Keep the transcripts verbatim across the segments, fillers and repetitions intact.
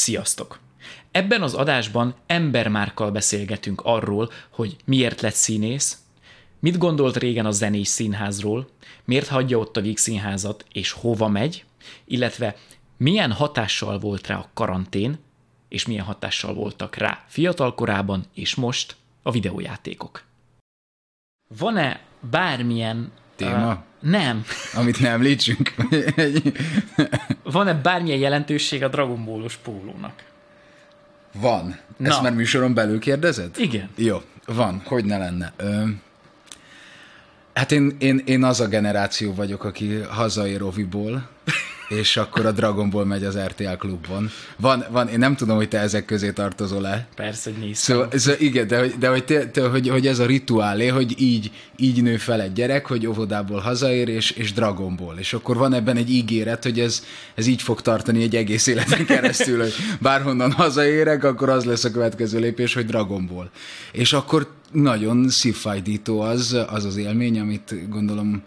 Sziasztok! Ebben az adásban embermárkkal beszélgetünk arról, hogy miért lett színész, mit gondolt régen a zenés színházról, miért hagyja ott a Víg Színházat és hova megy, illetve milyen hatással volt rá a karantén, és milyen hatással voltak rá fiatalkorában és most a videójátékok. Van-e bármilyen... Téma? Uh, nem. Amit ne említsünk. Van-e bármilyen jelentőség a Dragon Ballos pólónak? Van. Ezt Na. már műsoron belül kérdezed? Igen. Jó, van. Hogy ne lenne. Ö, hát én, én, én az a generáció vagyok, aki hazaér oviból, és akkor a Dragon Ball megy az er té el klubban. Van, van, én nem tudom, hogy te ezek közé tartozol-e. Persze, hogy néztem. Szóval, szóval igen, de, de hogy, te, te, hogy, hogy ez a rituálé, hogy így, így nő fel egy gyerek, hogy óvodából hazaér, és, és Dragon Ball. És akkor van ebben egy ígéret, hogy ez, ez így fog tartani egy egész életen keresztül, hogy bárhonnan hazaérek, akkor az lesz a következő lépés, hogy Dragon Ball. És akkor nagyon szívfájdító az, az az élmény, amit gondolom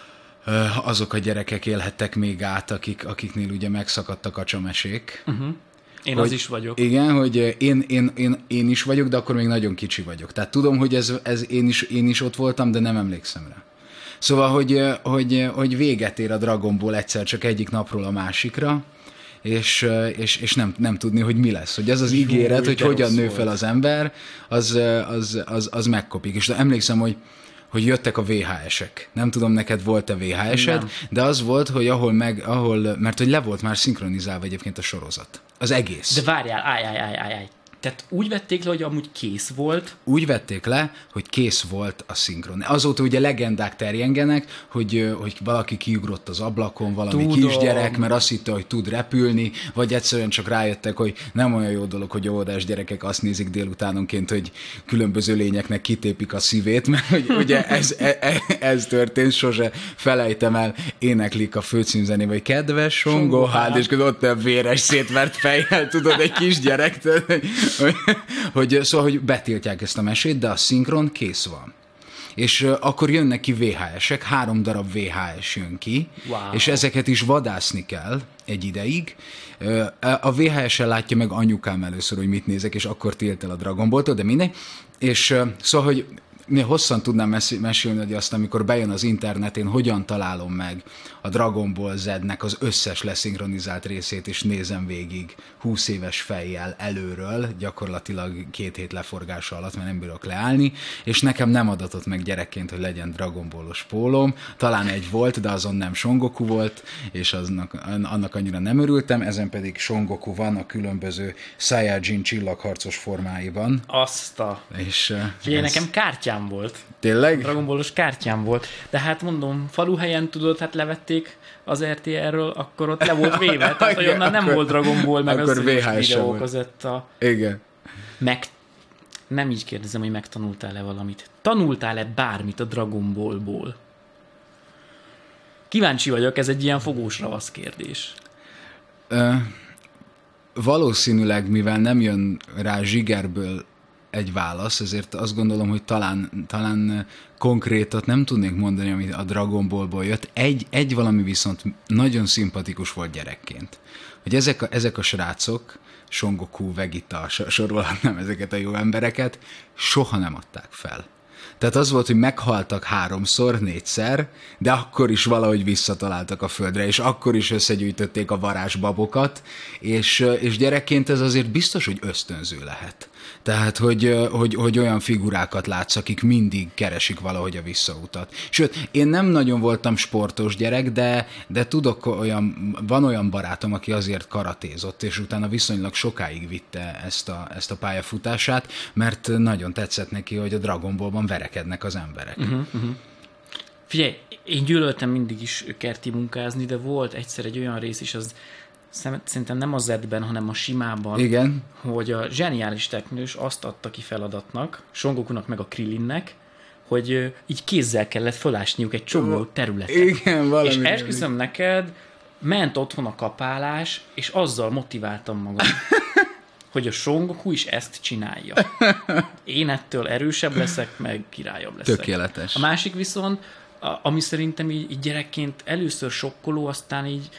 azok a gyerekek élhettek még át, akik, akiknél ugye megszakadtak a csamesék. Uh-huh. Én hogy, az is vagyok. Igen, hogy én, én, én, én is vagyok, de akkor még nagyon kicsi vagyok. Tehát tudom, hogy ez, ez én, is, én is ott voltam, de nem emlékszem rá. Szóval, hogy, hogy, hogy véget ér a Dragon Ball egyszer csak egyik napról a másikra, és, és, és nem, nem tudni, hogy mi lesz. Hogy ez az ígéret, hogy hogyan nő fel az ember, az, az, az, az megkopik. És emlékszem, hogy hogy jöttek a vé há esek. Nem tudom, neked volt-e vé há esed, nem. De az volt, hogy ahol meg, ahol, mert hogy le volt már szinkronizálva egyébként a sorozat. Az egész. De várjál, állj, állj, állj, állj, állj. Tehát úgy vették le, hogy amúgy kész volt? Úgy vették le, hogy kész volt a szinkron. Azóta ugye legendák terjengenek, hogy, hogy valaki kiugrott az ablakon, valami Tudom. kisgyerek, mert azt hitte, hogy tud repülni, vagy egyszerűen csak rájöttek, hogy nem olyan jó dolog, hogy óvodás gyerekek azt nézik délutánonként, hogy különböző lényeknek kitépik a szívét, mert hogy ugye ez, ez, ez történt, sose felejtem el, éneklik a főcímzené, vagy kedves Songohád, és ott a véres szétvert fejjel, tudod, egy kisgyerek, Hogy, hogy, szóval, hogy betiltják ezt a mesét, de a szinkron kész van. És uh, akkor jönnek ki vé há esek, három darab vé há es jön ki, wow. És ezeket is vadászni kell egy ideig. Uh, a vé há esen látja meg anyukám először, hogy mit nézek, és akkor tilt el a Dragon Ball-tól, de mindegy. És uh, szóval, hogy mi hosszan tudnám mes- mesélni, hogy azt, amikor bejön az internetén, hogyan találom meg a Dragon Ball Z-nek az összes leszinkronizált részét, és nézem végig húsz éves fejjel előről, gyakorlatilag két hét leforgása alatt, mert nem bírok leállni, és nekem nem adatott meg gyerekként, hogy legyen Dragon Ballos pólóm. Talán egy volt, de azon nem Son Goku volt, és aznak, annak annyira nem örültem, ezen pedig Son Goku van a különböző Saiyajin csillagharcos formáiban. Azt a... És, Figyelj, ez... nekem kártyám volt. Tényleg? Dragon Ballos kártyám volt. De hát mondom, faluhelyen tudod, hát levették az er té el-ről, akkor ott le volt véve. Tehát, hogy onnan nem volt Dragon Ball, meg az videókazetta. Igen. Meg, nem így kérdezem, hogy megtanultál-e valamit. Tanultál-e bármit a Dragon Ballból? Kíváncsi vagyok, ez egy ilyen fogós ravasz kérdés. Ö, valószínűleg, mivel nem jön rá zsigerből egy válasz, ezért azt gondolom, hogy talán, talán konkrétat nem tudnék mondani, ami a Dragon Ballból jött. Egy, egy valami viszont nagyon szimpatikus volt gyerekként. Hogy ezek a, ezek a srácok, Son Goku, Vegeta, sorolhatnám ezeket a jó embereket, soha nem adták fel. Tehát az volt, hogy meghaltak háromszor, négyszer, de akkor is valahogy visszataláltak a földre, és akkor is összegyűjtötték a varázsbabokat, és, és gyerekként ez azért biztos, hogy ösztönző lehet. Tehát, hogy, hogy, hogy olyan figurákat látsz, akik mindig keresik valahogy a visszautat. Sőt, én nem nagyon voltam sportos gyerek, de, de tudok olyan, van olyan barátom, aki azért karatézott, és utána viszonylag sokáig vitte ezt a, ezt a pályafutását, mert nagyon tetszett neki, hogy a Dragon Ballban verekednek az emberek. Uh-huh, uh-huh. Figyelj, én gyűlöltem mindig is kerti munkázni, de volt egyszer egy olyan rész is, az szerintem nem a Z-ben, hanem a simában, igen, hogy a zseniális teknős azt adta ki feladatnak, Son Gokunak meg a Krillinnek, hogy így kézzel kellett fölásniuk egy csomó területet. Igen, valami. És esküszöm neked, ment otthon a kapálás, és azzal motiváltam magam, hogy a Son Goku is ezt csinálja. Én ettől erősebb leszek, meg királyabb leszek. Tökéletes. A másik viszont, ami szerintem így, így gyerekként először sokkoló, aztán így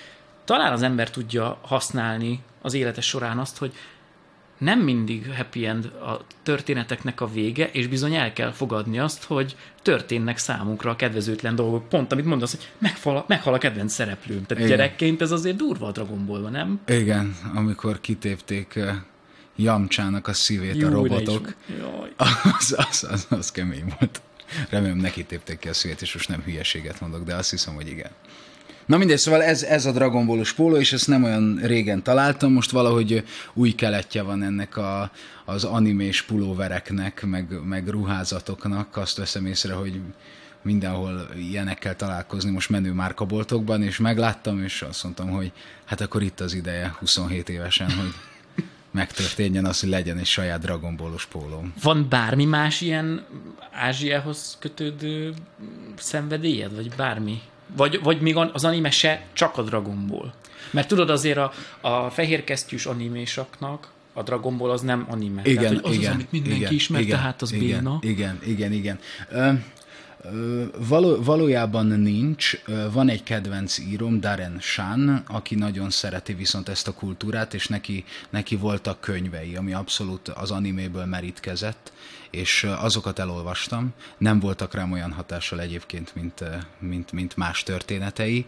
talán az ember tudja használni az élete során azt, hogy nem mindig happy end a történeteknek a vége, és bizony el kell fogadni azt, hogy történnek számunkra a kedvezőtlen dolgok. Pont, amit mondasz, hogy meghal, meghal a kedvenc szereplőm. Tehát igen. Gyerekként ez azért durva a Dragon Ball-ban, nem? Igen, amikor kitépték Yamchának a szívét Jú, a robotok. Az, az, az, az kemény volt. Remélem neki tépték ki a szívét, és most nem hülyeséget mondok, de azt hiszem, hogy igen. Na mindegy, szóval ez, ez a Dragon Ball-os póló, és ezt nem olyan régen találtam, most valahogy új keletje van ennek a, az animés pulóvereknek, meg, meg ruházatoknak. Azt veszem észre, hogy mindenhol ilyenekkel találkozni most menő márkaboltokban, és megláttam, és azt mondtam, hogy hát akkor itt az ideje huszonhét évesen, hogy megtörténjen az, hogy legyen egy saját Dragon Ball-os pólóm. Van bármi más ilyen Ázsiához kötődő szenvedélyed, vagy bármi? Vagy, vagy még az anime se csak a Dragon Ball? Mert tudod azért a, a fehérkesztyűs animésaknak a Dragon Ball az nem anime. Igen, tehát, hogy az igen, az, amit mindenki igen, ismer, igen, tehát az igen, béna. Igen, igen, igen. Ö, ö, való, valójában nincs. Van egy kedvenc írom, Darren Shan, aki nagyon szereti viszont ezt a kultúrát, és neki, neki voltak könyvei, ami abszolút az animéből merítkezett, és azokat elolvastam. Nem voltak rám olyan hatással egyébként, mint, mint, mint más történetei.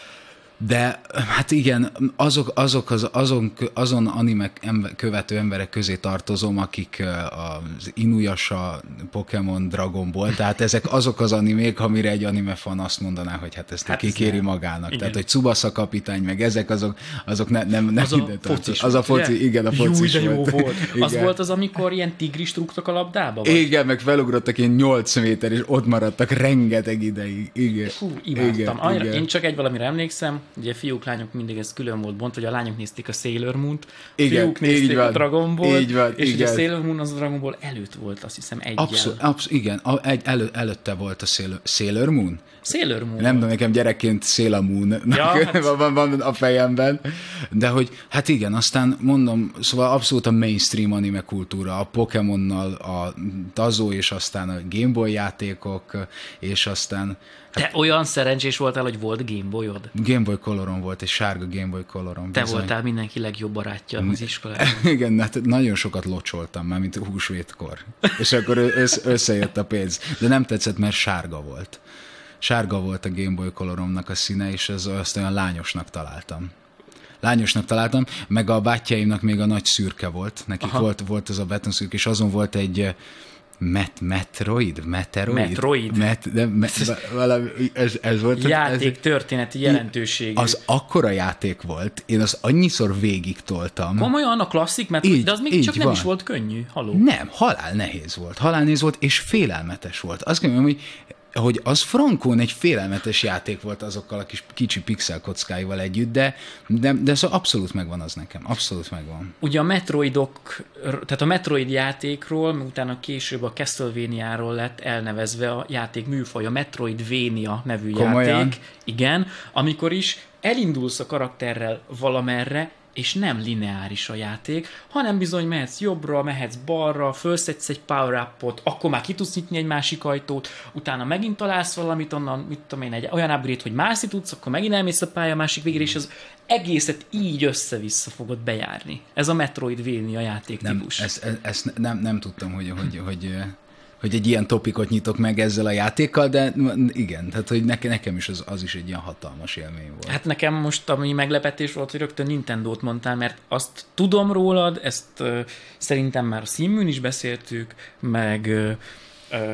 De hát igen, azok, azok az, azon, azon anime ember, követő emberek közé tartozom, akik az Inuyasha, Pokémon, Dragon Ball, tehát ezek azok az animék, amire egy anime fan azt mondaná, hogy hát ezt hát kikéri magának. Igen. Tehát, hogy Tsubasa kapitány, meg ezek azok, azok ne, nem, nem az ide a tartoz. Az a foci, igen, a foci jó, de jó volt. volt. Az volt az, amikor ilyen tigrist rúgtak a labdába? Vagy? Igen, meg felugrottak ilyen nyolc méter, és ott maradtak rengeteg ideig. Igen. Fú, imádtam. Igen, igen. Én csak egy valamire emlékszem, ugye fiúk, lányok mindig ez külön volt bontva, hogy a lányok nézték a Sailor Moon-t, igen, fiúk nézték a Dragon Ball-t, így van, és igen. A Sailor Moon az a Dragon Ball előtt volt, azt hiszem, egyel. Abszolút, abszolút igen, a, egy, elő, előtte volt a Sailor, Sailor Moon? Sailor Moon. Nem tudom, nekem gyerekként Sailor Moon ja, hát... van, van a fejemben, de hogy hát igen, aztán mondom, szóval abszolút a mainstream anime kultúra, a Pokémonnal, a Tazó, és aztán a Game Boy játékok, és aztán te olyan szerencsés voltál, hogy volt Game Boyod? Game Boy Coloron volt, egy sárga Game Boy Coloron. Te bizony. Voltál mindenki legjobb barátja az iskolában. Igen, hát nagyon sokat locsoltam már, mint húsvétkor. És akkor összejött a pénz. De nem tetszett, mert sárga volt. Sárga volt a Game Boy Coloromnak a színe, és ez, azt olyan lányosnak találtam. Lányosnak találtam, meg a bátyáimnak még a nagy szürke volt. Nekik volt, volt az a betonszürke, és azon volt egy Met, Metroid? Meteroid? Metroid. Met, de, me, valami, ez, ez volt. Játék ez, történeti jelentőségű. Az akkora játék volt, én azt annyiszor végig toltam. Komolyan a klasszik Metroid, így, de az még csak van. Nem is volt könnyű. Haló. Nem, halál nehéz volt. Halál nehéz volt, és félelmetes volt. Azt kell mondjam, hogy hogy az frankón egy félelmetes játék volt azokkal a kis kicsi pixel kockáival együtt, de, de, de szóval abszolút megvan az nekem, abszolút megvan. Ugye a Metroidok, tehát a Metroid játékról, utána később a Castlevania-ról lett elnevezve a játék műfaj, a Metroidvania nevű Komolyan? játék, igen, amikor is elindulsz a karakterrel valamerre, és nem lineáris a játék, hanem bizony mehetsz jobbra, mehetsz balra, fölszedsz egy power-upot, akkor már ki tudsz nyitni egy másik ajtót, utána megint találsz valamit onnan, mit tudom én, egy olyan upgrade, hogy mászni tudsz, akkor megint elmész a pálya másik végére, és az egészet így össze-vissza fogod bejárni. Ez a Metroidvania játéktípus. Nem, ezt, ezt nem, nem tudtam, hogy, hogy, hogy, hogy egy ilyen topikot nyitok meg ezzel a játékkal, de igen, tehát hogy nekem, nekem is az, az is egy ilyen hatalmas élmény volt. Hát nekem most ami meglepetés volt, hogy rögtön Nintendót mondtál, mert azt tudom rólad, ezt uh, szerintem már a színműn is beszéltük, meg uh, uh,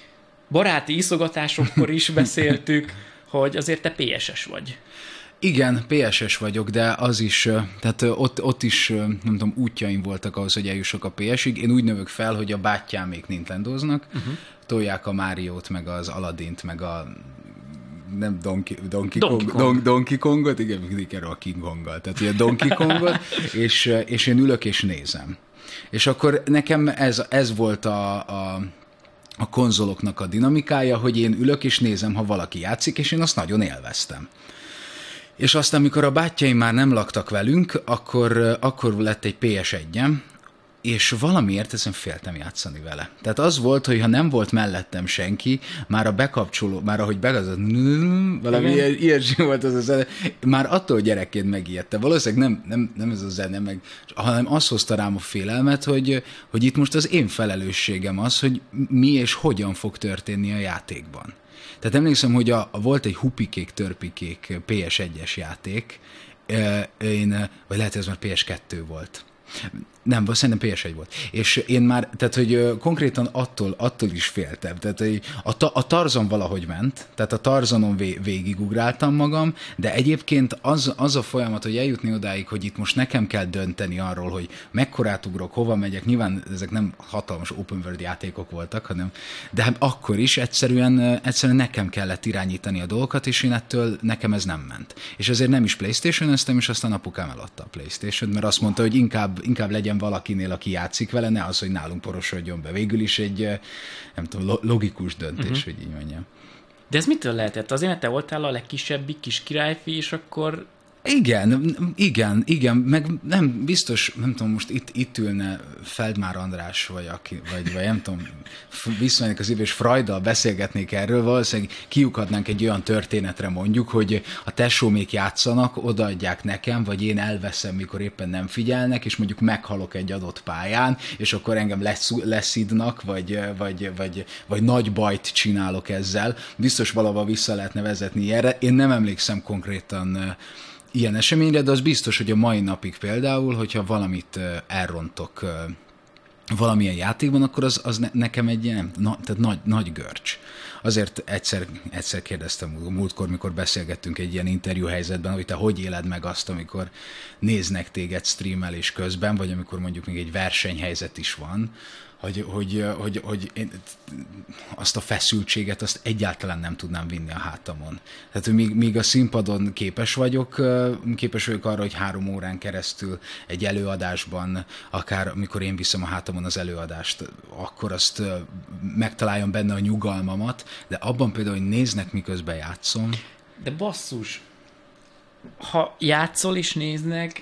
baráti iszogatásokkor is beszéltük, hogy azért te pé es es vagy. Igen, pé es es vagyok, de az is, tehát ott, ott is, nem tudom, útjaim voltak ahhoz, hogy eljussak a pé esig. Én úgy növök fel, hogy a bátyámék Nintendoznak, uh-huh. tolják a Máriót, meg az Aladdint, meg a nem Donkey, Donkey, Donkey Kong, Kong. Don, Donkey Kongot, igen, mindig erről a King Konggal, tehát ilyen Donkey Kongot, és, és én ülök és nézem. És akkor nekem ez, ez volt a, a a konzoloknak a dinamikája, hogy én ülök és nézem, ha valaki játszik, és én azt nagyon élveztem. És aztán, amikor a bátyáim már nem laktak velünk, akkor, akkor lett egy pé es egyem, és valamiért ezen féltem játszani vele. Tehát az volt, hogy ha nem volt mellettem senki, már a bekapcsoló, már ahogy begazott, valami ilyen, ilyesmi volt az a zene, már attól gyerekként megijedtem. Valószínűleg nem, nem, nem ez a zene, meg, hanem az hozta rám a félelmet, hogy, hogy itt most az én felelősségem az, hogy mi és hogyan fog történni a játékban. Tehát emlékszem, hogy a, a volt egy hupikék, törpikék pé es egyes játék, én, vagy lehet, hogy ez már pé es kettő volt. Nem, szerintem pé es egy volt. És én már, tehát, hogy uh, konkrétan attól, attól is féltem. Tehát, hogy a, ta, a Tarzan valahogy ment, tehát a Tarzanon vé, végigugráltam magam, de egyébként az, az a folyamat, hogy eljutni odáig, hogy itt most nekem kell dönteni arról, hogy mekkorát ugrok, hova megyek, nyilván ezek nem hatalmas open world játékok voltak, hanem, de hát akkor is egyszerűen, egyszerűen nekem kellett irányítani a dolgokat, és én ettől nekem ez nem ment. És ezért nem is PlayStation-öztem, és aztán apukám eladta a PlayStation-t, mert azt mondta, hogy inkább, inkább legyen valakinél, aki játszik vele, ne az, hogy nálunk porosodjon be. Végül is egy, nem tudom, logikus döntés, uh-huh. hogy így mondjam. De ez mitől lehetett? Azért, mert te voltál a legkisebbik kis királyfi, és akkor... Igen, igen, igen, meg nem biztos, nem tudom, most itt, itt ülne Feldmár András, vagy, aki, vagy, vagy nem tudom, visszamennék az idő, és Freuddal beszélgetnék erről, valószínűleg kiukadnánk egy olyan történetre mondjuk, hogy a tesómék játszanak, odaadják nekem, vagy én elveszem, mikor éppen nem figyelnek, és mondjuk meghalok egy adott pályán, és akkor engem lesz, leszidnak, vagy, vagy, vagy, vagy nagy bajt csinálok ezzel. Biztos valahol vissza lehetne vezetni erre. Én nem emlékszem konkrétan ilyen eseményre, de az biztos, hogy a mai napig például, hogyha valamit elrontok valamilyen játékban, akkor az, az ne, nekem egy ilyen, na, tehát nagy, nagy görcs. Azért egyszer, egyszer kérdeztem múltkor, mikor beszélgettünk egy ilyen interjú helyzetben, hogy te hogy éled meg azt, amikor néznek téged streamelés közben, vagy amikor mondjuk még egy versenyhelyzet is van, hogy, hogy, hogy, hogy én azt a feszültséget azt egyáltalán nem tudnám vinni a hátamon. Tehát, hogy míg, míg a színpadon képes vagyok, képes vagyok arra, hogy három órán keresztül egy előadásban, akár amikor én viszem a hátamon az előadást, akkor azt megtaláljam benne a nyugalmamat, de abban például, hogy néznek, miközben játszom. De basszus, ha játszol és néznek,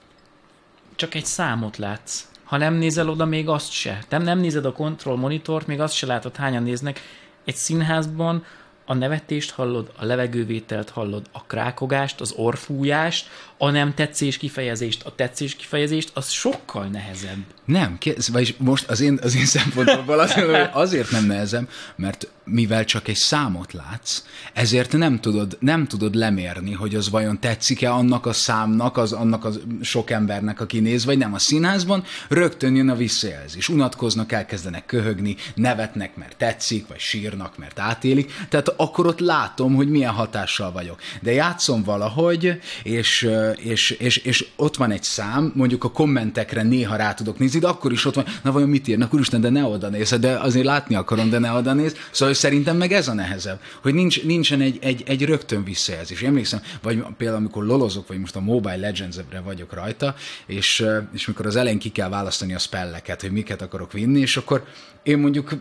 csak egy számot látsz. Ha nem nézel oda, még azt se. Te nem nézed a kontroll monitort, még azt se látod, hányan néznek. Egy színházban a nevetést hallod, a levegővételt hallod, a krákogást, az orrfújást, a nem tetszés kifejezést, a tetszés kifejezést, az sokkal nehezebb. Nem, vagyis most az én, az én szempontomból azért, azért nem nehezem, mert mivel csak egy számot látsz, ezért nem tudod, nem tudod lemérni, hogy az vajon tetszik-e annak a számnak, az, annak a sok embernek, aki néz, vagy nem. A színházban rögtön jön a visszajelzés. Unatkoznak, elkezdenek köhögni, nevetnek, mert tetszik, vagy sírnak, mert átélik. Tehát akkor ott látom, hogy milyen hatással vagyok. De játszom valahogy, és, és, és, és ott van egy szám, mondjuk a kommentekre néha rá tudok nézni, de akkor is ott van, na vajon mit írnak, úristen, de ne oda néz, de azért látni akarom, de ne oda néz. Szóval szerintem meg ez a nehezebb, hogy nincs, nincsen egy, egy, egy rögtön visszajelzés. Emlékszem, vagy például amikor lolozok, vagy most a Mobile Legends-re vagyok rajta, és, és mikor az elején ki kell választani a spelleket, hogy miket akarok vinni, és akkor én mondjuk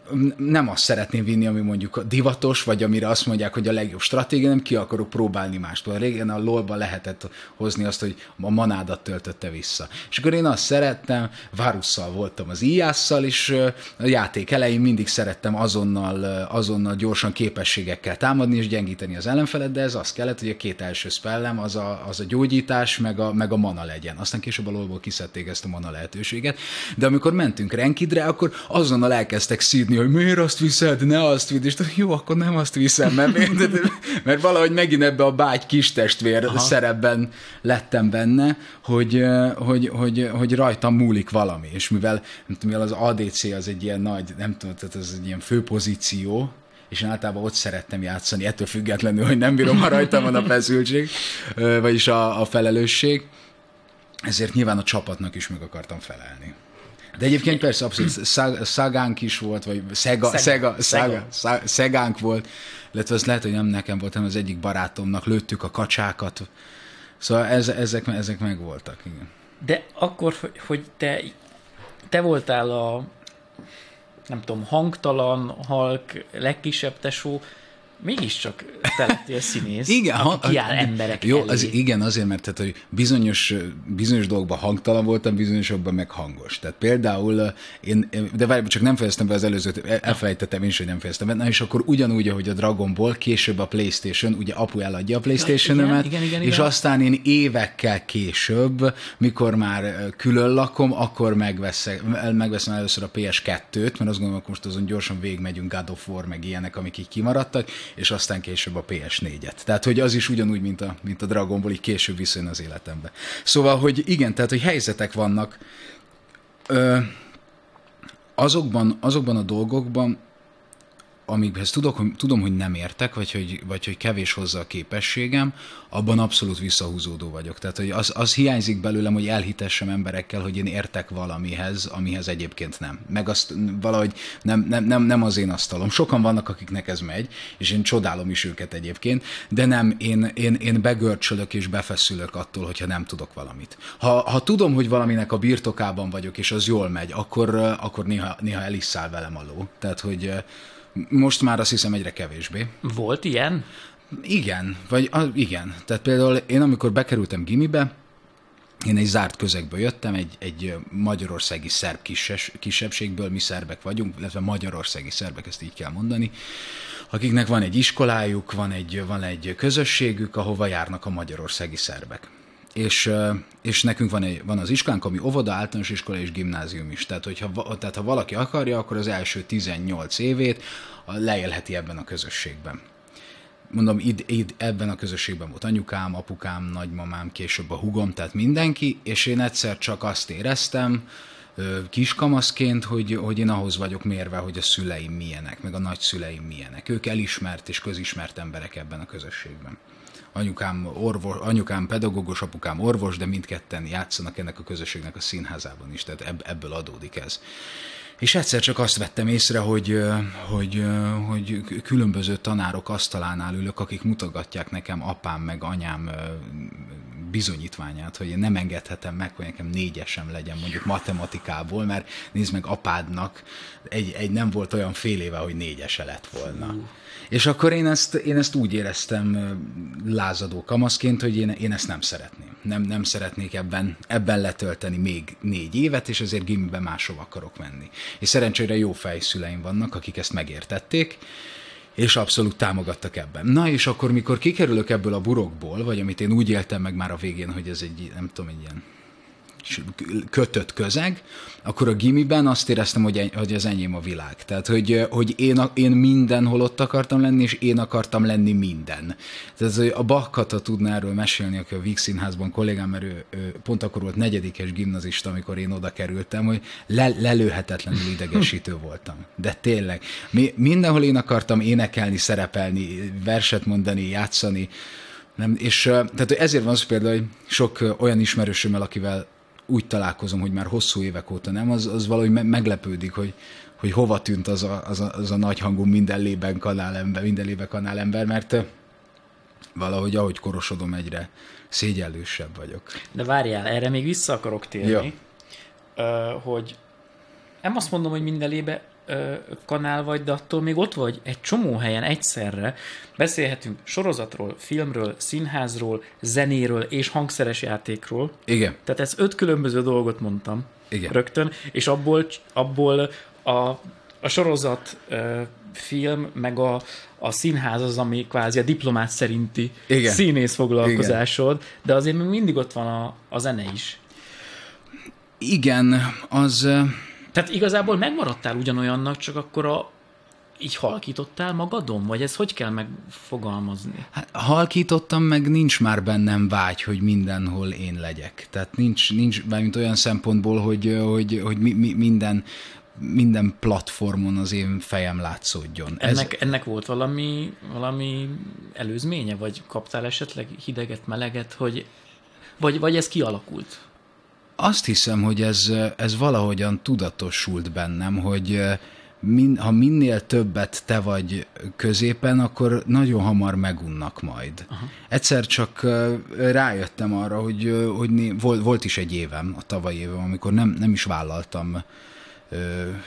nem azt szeretném vinni, ami mondjuk divatos, vagy amire azt mondják, hogy a legjobb stratégia, nem ki akarok próbálni mást. Régen a LoL-ban lehetett hozni azt, hogy a manádat töltötte vissza. És akkor én azt szerettem, Varusszal voltam az íjásszal, és a játék elején mindig szerettem azonnal, azonnal gyorsan képességekkel támadni és gyengíteni az ellenfelet, de ez azt kellett, hogy a két első spellem az a, az a gyógyítás, meg a, meg a mana legyen. Aztán később a LoL-ból kiszedték ezt a mana lehetőséget, de amikor mentünk rankidre, akkor azonnal elkezdtek szídni, hogy miért azt viszed, ne azt vidd, és jó, akkor nem azt viszem, mert, mert valahogy megint ebbe a bágy kis testvér Aha. szerepben lettem benne, hogy, hogy, hogy, hogy rajtam múlik valami, és mivel, mivel az á dé cé az egy ilyen nagy, nem tudom, tehát ez egy ilyen főpozíció, és én általában ott szerettem játszani, ettől függetlenül, hogy nem bírom, ha rajtam van a feszültség, vagyis a, a felelősség, ezért nyilván a csapatnak is meg akartam felelni. De egyébként persze abszolút szag, szagánk is volt, vagy szega, szega, szega, szega, szega. szegánk volt, illetve az lehet, hogy nem nekem volt, hanem az egyik barátomnak lőttük a kacsákat. Szóval ez, ezek, ezek meg voltak, igen. De akkor, hogy, hogy te, te voltál a, nem tudom, hangtalan, halk, legkisebb tesó, mégiscsak te lettél színész, igen, aki ha, kiáll emberek jó, elé. Az, igen, azért, mert tehát, hogy bizonyos, bizonyos dolgokban hangtalan voltam, bizonyosokban meg hangos. Tehát például én, de várj, csak nem fejeztem be az előzőt, elfelejtettem én is, hogy nem fejeztem be, na és akkor ugyanúgy, ahogy a Dragon Ball, később a PlayStation, ugye apu eladja a PlayStation-ömet, igen, igen, igen, és igen. aztán én évekkel később, mikor már külön lakom, akkor megveszek, megveszem először a pé es kettőt, mert azt gondolom, hogy most azon gyorsan végigmegyünk, God of War, meg ilyenek, amik így kimaradtak, és aztán később a pé es négyet. Tehát, hogy az is ugyanúgy, mint a, mint a Dragon Ball, így később visszajön az életembe. Szóval, hogy igen, tehát, hogy helyzetek vannak. Ö, azokban, azokban a dolgokban, amikhez tudok, hogy, tudom, hogy nem értek, vagy hogy, vagy hogy kevés hozzá a képességem, abban abszolút visszahúzódó vagyok. Tehát, hogy az, az hiányzik belőlem, hogy elhitessem emberekkel, hogy én értek valamihez, amihez egyébként nem. Meg azt valahogy nem, nem, nem, nem az én asztalom. Sokan vannak, akiknek ez megy, és én csodálom is őket egyébként, de nem, én, én, én begörcsölök és befeszülök attól, hogyha nem tudok valamit. Ha, ha tudom, hogy valaminek a birtokában vagyok, és az jól megy, akkor, akkor néha, néha el is száll velem a ló. Tehát, hogy most már azt hiszem egyre kevésbé. Volt ilyen? Igen, vagy a, igen. Tehát például én, amikor bekerültem gimibe, én egy zárt közegből jöttem, egy, egy magyarországi szerb kises, kisebbségből, mi szerbek vagyunk, illetve magyarországi szerbek, ezt így kell mondani, akiknek van egy iskolájuk, van egy, van egy közösségük, ahova járnak a magyarországi szerbek. És, és nekünk van, egy, van az iskolánk, ami óvoda, általános iskola és gimnázium is. Tehát, hogyha, tehát ha valaki akarja, akkor az első tizennyolc évét leélheti ebben a közösségben. Mondom, id, id, ebben a közösségben volt anyukám, apukám, nagymamám, később a húgom, tehát mindenki, és én egyszer csak azt éreztem, kiskamaszként, hogy, hogy én ahhoz vagyok mérve, hogy a szüleim milyenek, meg a nagyszüleim milyenek. Ők elismert és közismert emberek ebben a közösségben. Anyukám, orvos, anyukám pedagógus, apukám orvos, de mindketten játszanak ennek a közösségnek a színházában is, tehát ebből adódik ez. És egyszer csak azt vettem észre, hogy, hogy, hogy különböző tanárok asztalánál ülök, akik mutogatják nekem apám meg anyám bizonyítványát, hogy én nem engedhetem meg, hogy nekem négyesem legyen mondjuk matematikából, mert nézd meg, apádnak egy, egy nem volt olyan fél éve, hogy négyese lett volna. Uh. És akkor én ezt, én ezt úgy éreztem lázadó kamaszként, hogy én, én ezt nem szeretném. Nem, nem szeretnék ebben, ebben letölteni még négy évet, és ezért gimiben máshova akarok menni. És szerencsére jó fejszüleim vannak, akik ezt megértették, és abszolút támogattak ebben. Na, és akkor, mikor kikerülök ebből a burokból, vagy amit én úgy éltem meg már a végén, hogy ez egy, nem tudom, egy ilyen kötött közeg, akkor a gimiben azt éreztem, hogy, hogy az enyém a világ. Tehát, hogy, hogy én, én mindenhol ott akartam lenni, és én akartam lenni minden. Tehát a Bach Kata tudná erről mesélni, aki a Víg Színházban kollégám, mert ő, ő pont akkor volt negyedikes gimnazista, amikor én oda kerültem, hogy le, lelőhetetlenül idegesítő voltam. De tényleg, mi, mindenhol én akartam énekelni, szerepelni, verset mondani, játszani, nem, és tehát ezért van az például, hogy sok olyan ismerősömmel, akivel úgy találkozom, hogy már hosszú évek óta nem, az, az valahogy meglepődik, hogy, hogy hova tűnt az a, az a, az a nagyhangú minden lében kanálember, minden lébe kanálember, mert valahogy ahogy korosodom, egyre szégyellősebb vagyok. De várjál, erre még vissza akarok térni, ja. hogy nem azt mondom, hogy minden lébe kanál vagy, de attól még ott vagy egy csomó helyen egyszerre. Beszélhetünk sorozatról, filmről, színházról, zenéről és hangszeres játékról. Igen. Tehát ez öt különböző dolgot mondtam. Igen. Rögtön, és abból, abból a, a sorozat, film, meg a, a színház az, ami kvázi a diplomát szerinti Igen. színész foglalkozásod, Igen. de azért még mindig ott van a, a zene is. Igen, az... Tehát igazából megmaradtál ugyanolyannak, csak akkor a, így halkítottál magadon? Vagy ezt hogy kell megfogalmazni? Hát, halkítottam, meg nincs már bennem vágy, hogy mindenhol én legyek. Tehát nincs, nincs bármint olyan szempontból, hogy, hogy, hogy mi, mi, minden, minden platformon az én fejem látszódjon. Ennek, Ez... ennek volt valami, valami előzménye? Vagy kaptál esetleg hideget, meleget? Hogy, vagy, vagy ez kialakult? Azt hiszem, hogy ez, ez valahogyan tudatosult bennem, hogy min, ha minél többet te vagy középen, akkor nagyon hamar megunnak majd. Aha. Egyszer csak rájöttem arra, hogy, hogy volt, volt is egy évem, a tavalyi évem, amikor nem, nem is vállaltam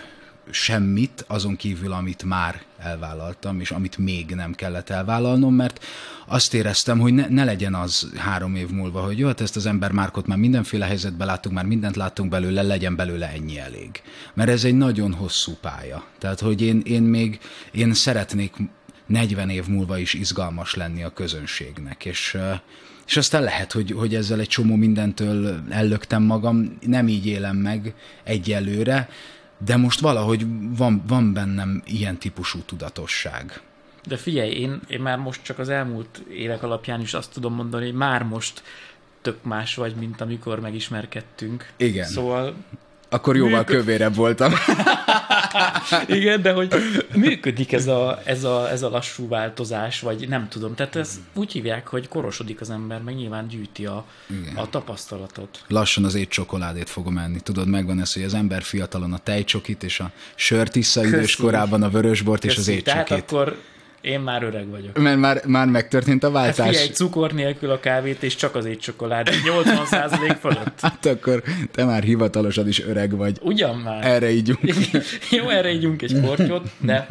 semmit, azon kívül, amit már elvállaltam, és amit még nem kellett elvállalnom, mert azt éreztem, hogy ne, ne legyen az három év múlva, hogy jó, hát ezt az ember Márkot már mindenféle helyzetben láttunk, már mindent láttunk belőle, legyen belőle ennyi elég. Mert ez egy nagyon hosszú pálya. Tehát, hogy én, én még, én szeretnék negyven év múlva is izgalmas lenni a közönségnek, és, és aztán lehet, hogy, hogy ezzel egy csomó mindentől ellöktem magam, nem így élem meg egyelőre, de most valahogy van, van bennem ilyen típusú tudatosság. De figyelj, én, én már most csak az elmúlt évek alapján is azt tudom mondani, hogy már most tök más vagy, mint amikor megismerkedtünk. Igen. Szóval... Akkor jóval működ... kövérebb voltam. Igen, de hogy működik ez a, ez, a, ez a lassú változás, vagy nem tudom. Tehát ez úgy hívják, hogy korosodik az ember, meg nyilván gyűjti a, a tapasztalatot. Lassan az étcsokoládét fogom enni. Tudod, megvan ez, hogy az ember fiatalon a tejcsokit, és a sört issza, idős korában a vörösbort. Köszi. És az étcsokit. Tehát akkor én már öreg vagyok. Mert már, már megtörtént a váltás. Hát figyelj, cukor nélkül a kávét, és csak az étcsokolád. nyolcvan százalék fölött. Hát akkor te már hivatalosan is öreg vagy. Ugyan már. Erre ígyunk. Jó, erre ígyunk egy kortyot, de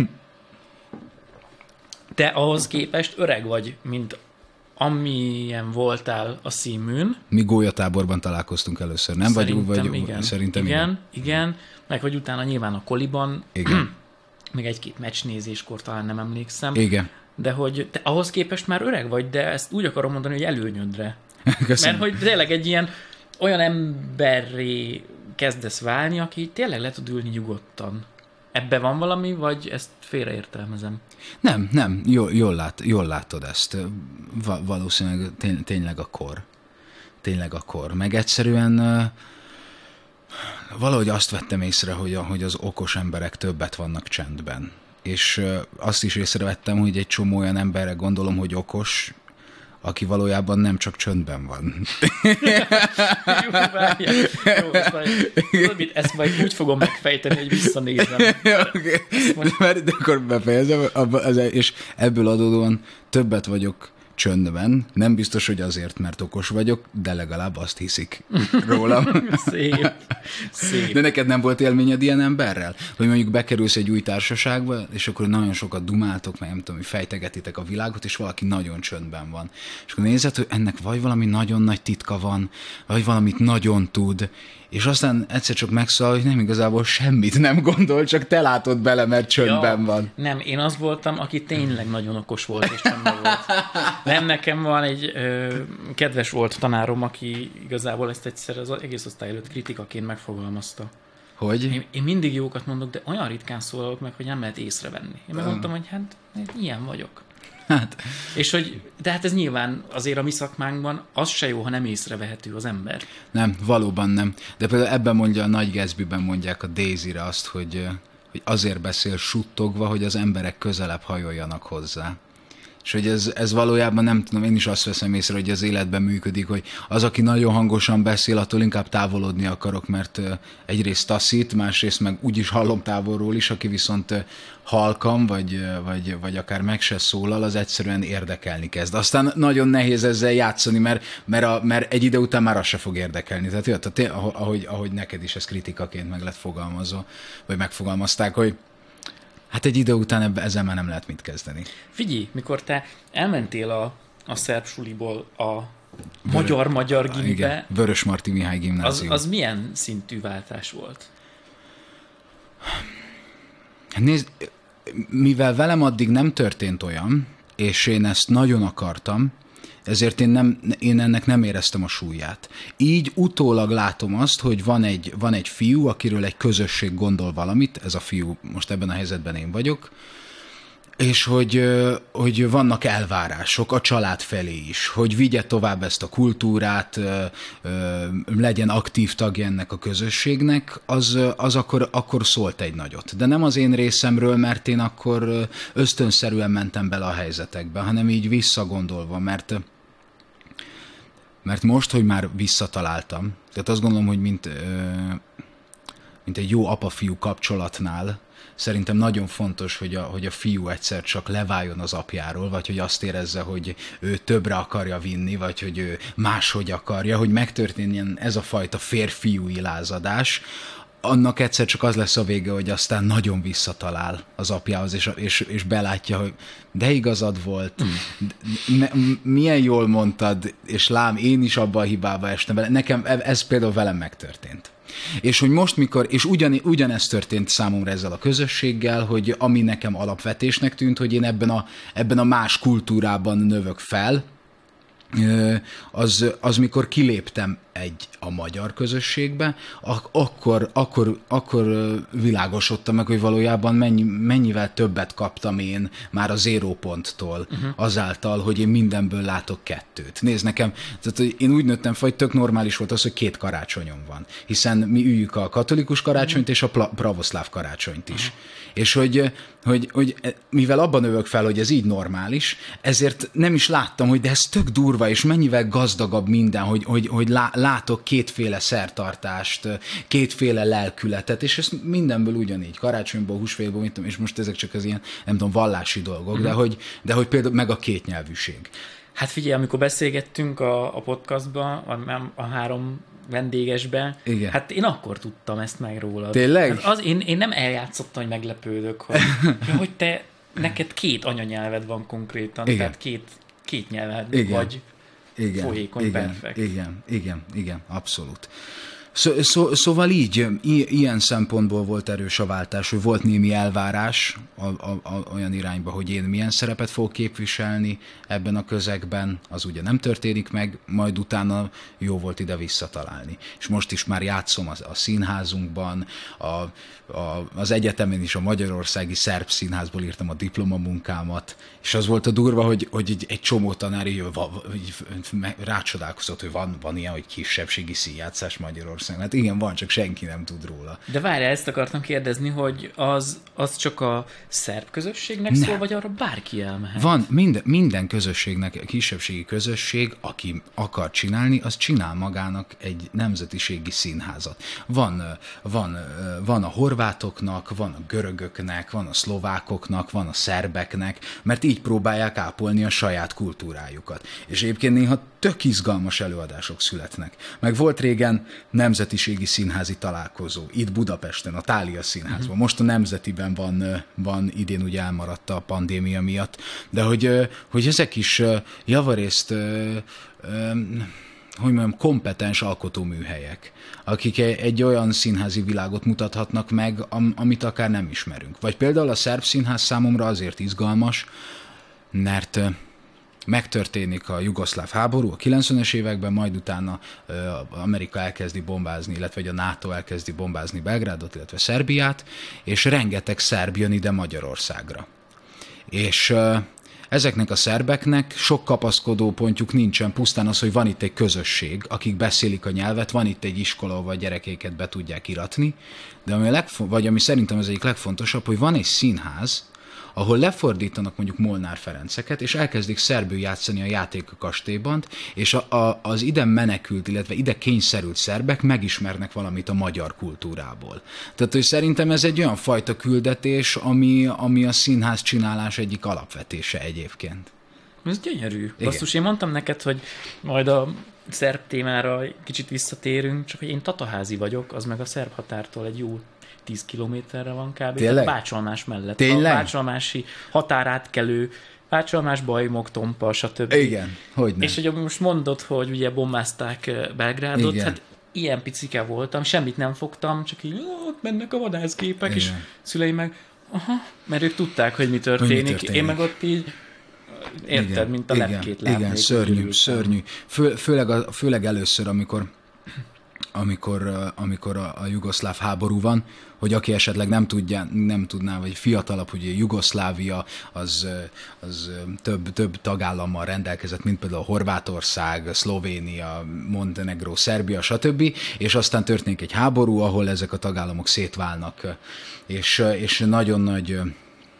te ahhoz képest öreg vagy, mint amilyen voltál a színműn. Mi gólyatáborban találkoztunk először, nem? Szerintem vagy, vagy, igen. Szerintem igen. igen. Igen, meg hogy utána nyilván a Koliban. Igen. Még egy-két meccsnézéskor talán nem emlékszem. Igen. De hogy te ahhoz képest már öreg vagy, de ezt úgy akarom mondani, hogy előnyödre. Köszönöm. Mert hogy tényleg egy ilyen olyan emberré kezdesz válni, aki tényleg le tud ülni nyugodtan. Ebben van valami, vagy ezt félreértelmezem? Nem, nem, jól, jól, lát, jól látod ezt. Va- valószínűleg tény, tényleg a kor. Tényleg a kor. Meg egyszerűen valahogy azt vettem észre, hogy, a, hogy az okos emberek többet vannak csendben. És azt is észrevettem, hogy egy csomó olyan emberre gondolom, hogy okos, aki valójában nem csak csöndben van. Jó, várjál. Jó, tudod mit, ezt majd úgy fogom megfejteni, hogy visszanézem. Okay. Majd... De akkor befejezem, és ebből adódóan többet vagyok csöndben. Nem biztos, hogy azért, mert okos vagyok, de legalább azt hiszik rólam. Szép. Szép. De neked nem volt élményed ilyen emberrel? Hogy mondjuk bekerülsz egy új társaságba, és akkor nagyon sokat dumáltok, meg nem tudom, hogy fejtegetitek a világot, és valaki nagyon csöndben van. És akkor nézed, hogy ennek vagy valami nagyon nagy titka van, vagy valamit nagyon tud, és aztán egyszer csak megszól, hogy nem igazából semmit nem gondol, csak te látod bele, mert csöndben ja, van. Nem, én az voltam, aki tényleg nagyon okos volt, és csöndben volt. Nem, nekem van egy ö, kedves volt tanárom, aki igazából ezt egyszer az egész osztály előtt kritikaként megfogalmazta. Hogy? Én, én mindig jókat mondok, de olyan ritkán szólalok meg, hogy nem lehet észrevenni. Én megmondtam, hogy hát ilyen vagyok. Hát. És hogy, de hát ez nyilván azért a mi szakmánkban az se jó, ha nem észrevehető az ember. Nem, valóban nem. De például ebben mondja a Nagy Gatsbyben mondják a Daisy-re azt, hogy, hogy azért beszél suttogva, hogy az emberek közelebb hajoljanak hozzá. És hogy ez, ez valójában nem tudom, én is azt veszem észre, hogy az életben működik, hogy az, aki nagyon hangosan beszél, attól inkább távolodni akarok, mert egyrészt taszít, másrészt meg úgyis hallom távolról is, aki viszont halkam, vagy, vagy, vagy akár meg se szólal, az egyszerűen érdekelni kezd. Aztán nagyon nehéz ezzel játszani, mert, mert, a, mert egy ide után már az se fog érdekelni. Tehát jött, ahogy, ahogy neked is ez kritikaként meg lett fogalmazva, vagy megfogalmazták, hogy hát egy idő után ebbe, ezzel már nem lehet mit kezdeni. Figyelj, mikor te elmentél a, a szerb suliból a magyar-magyar gimibe, igen, Vörösmarty Mihály gimnázium. Az, az milyen szintű váltás volt? Nézd, mivel velem addig nem történt olyan, és én ezt nagyon akartam, ezért én, nem, én ennek nem éreztem a súlyát. Így utólag látom azt, hogy van egy, van egy fiú, akiről egy közösség gondol valamit, ez a fiú, most ebben a helyzetben én vagyok, és hogy, hogy vannak elvárások a család felé is, hogy vigye tovább ezt a kultúrát, legyen aktív tagja ennek a közösségnek, az, az akkor, akkor szólt egy nagyot. De nem az én részemről, mert én akkor ösztönszerűen mentem bele a helyzetekbe, hanem így visszagondolva, mert mert most, hogy már visszataláltam, tehát azt gondolom, hogy mint, mint egy jó apa-fiú kapcsolatnál, szerintem nagyon fontos, hogy a, hogy a fiú egyszer csak leváljon az apjáról, vagy hogy azt érezze, hogy ő többre akarja vinni, vagy hogy ő máshogy akarja, hogy megtörténjen ez a fajta férfiúi lázadás, annak egyszer csak az lesz a vége, hogy aztán nagyon visszatalál az apjához, és, és, és belátja, hogy de igazad volt, mm. ne, milyen jól mondtad, és lám, én is abba a hibába estem bele. Nekem ez például velem megtörtént. És hogy most mikor, és ugyan, ugyanezt történt számomra ezzel a közösséggel, hogy ami nekem alapvetésnek tűnt, hogy én ebben a, ebben a más kultúrában növök fel, az, az mikor kiléptem egy a magyar közösségbe, ak- akkor, akkor, akkor világosodtam meg, hogy valójában mennyi, mennyivel többet kaptam én már a zéró ponttól, uh-huh. azáltal, hogy én mindenből látok kettőt. Nézd nekem, tehát, hogy én úgy nőttem fel, hogy tök normális volt az, hogy két karácsonyom van, hiszen mi üljük a katolikus karácsonyt uh-huh. és a pla- pravoszláv karácsonyt is. Uh-huh. És hogy, hogy, hogy mivel abban növök fel, hogy ez így normális, ezért nem is láttam, hogy de ez tök durva, és mennyivel gazdagabb minden, hogy, hogy, hogy lá- látok kétféle szertartást, kétféle lelkületet, és ezt mindenből ugyanígy, karácsonyból, húsvétból, mit tudom, és most ezek csak az ilyen, nem tudom, vallási dolgok, mm-hmm. de, hogy, de hogy például meg a kétnyelvűség. Hát figyelj, amikor beszélgettünk a, a podcastban, a, a három vendégesbe, igen. Hát én akkor tudtam ezt meg rólad. Tényleg? Hát az, én, én nem eljátszottam, hogy meglepődök, hogy, hogy te, neked két anyanyelved van konkrétan, igen. Tehát két, két nyelved igen. vagy igen. folyékony, igen. perfekt. Igen, igen, igen, abszolút. Szó, szó, szóval így, i, ilyen szempontból volt erős a váltás, hogy volt némi elvárás a, a, a, olyan irányba, hogy én milyen szerepet fogok képviselni ebben a közegben, az ugye nem történik meg, majd utána jó volt ide visszatalálni. És most is már játszom a, a színházunkban, a, a, az egyetemen is a Magyarországi Szerb Színházból írtam a diplomamunkámat, és az volt a durva, hogy, hogy egy, egy csomó tanár így, így, rácsodálkozott, hogy van, van ilyen, hogy kisebbségi színjátszás Magyarországon. Hát igen, van, csak senki nem tud róla. De várjál, ezt akartam kérdezni, hogy az, az csak a szerb közösségnek nem. szól, vagy arra bárki elmehet? Van, minden, minden közösségnek, kisebbségi közösség, aki akar csinálni, az csinál magának egy nemzetiségi színházat. Van, van, van a horvátoknak, van a görögöknek, van a szlovákoknak, van a szerbeknek, mert így próbálják ápolni a saját kultúrájukat. És egyébként néha tök izgalmas előadások születnek. Meg volt régen nemzetiségi színházi találkozó, itt Budapesten, a Thália Színházban. Uh-huh. Most a Nemzetiben van, van idén ugye elmaradt a pandémia miatt, de hogy, hogy ezek is javarészt, hogy mondjam, kompetens alkotóműhelyek, akik egy olyan színházi világot mutathatnak meg, amit akár nem ismerünk. Vagy például a szerb színház számomra azért izgalmas, mert megtörténik a jugoszláv háború a kilencvenes években, majd utána Amerika elkezdi bombázni, illetve a NATO elkezdi bombázni Belgrádot, illetve Szerbiát, és rengeteg szerb jön ide Magyarországra. És ezeknek a szerbeknek sok kapaszkodó pontjuk nincsen, pusztán az, hogy van itt egy közösség, akik beszélik a nyelvet, van itt egy iskola, ahol a gyerekéket be tudják iratni, de ami, legfo- vagy ami szerintem az egyik legfontosabb, hogy van egy színház, ahol lefordítanak mondjuk Molnár Ferenceket, és elkezdik szerbül játszani a Játék a kastélyban, és a, a, az ide menekült, illetve ide kényszerült szerbek megismernek valamit a magyar kultúrából. Tehát, hogy szerintem ez egy olyan fajta küldetés, ami, ami a színház csinálás egyik alapvetése egyébként. Ez gyönyörű. Basszus, én mondtam neked, hogy majd a szerb témára kicsit visszatérünk, csak hogy én tataházi vagyok, az meg a szerb határtól egy jó tíz kilométerre van kb. Tényleg? Bácsalmás mellett. Tényleg? A bácsalmási határátkelő, Bácsalmás, Bajmok, Tompa, stb. Igen, hogyne. És hogy most mondod, hogy ugye bombázták Belgrádot, igen. Hát ilyen picike voltam, semmit nem fogtam, csak így, ott mennek a vadászgépek, igen. És szüleim meg, aha, mert ők tudták, hogy mi történik. Hogy mi történik. Én meg ott így, érted, igen, mint a lepkét látnék. Igen, szörnyű, szörnyű. Fő, főleg, a, főleg először, amikor amikor, amikor a, a jugoszláv háború van, hogy aki esetleg nem, tudja, nem tudná, vagy fiatalabb, hogy Jugoszlávia az, az több, több tagállammal rendelkezett, mint például Horvátország, Szlovénia, Montenegró, Szerbia, stb. És aztán történik egy háború, ahol ezek a tagállamok szétválnak, és, és nagyon nagy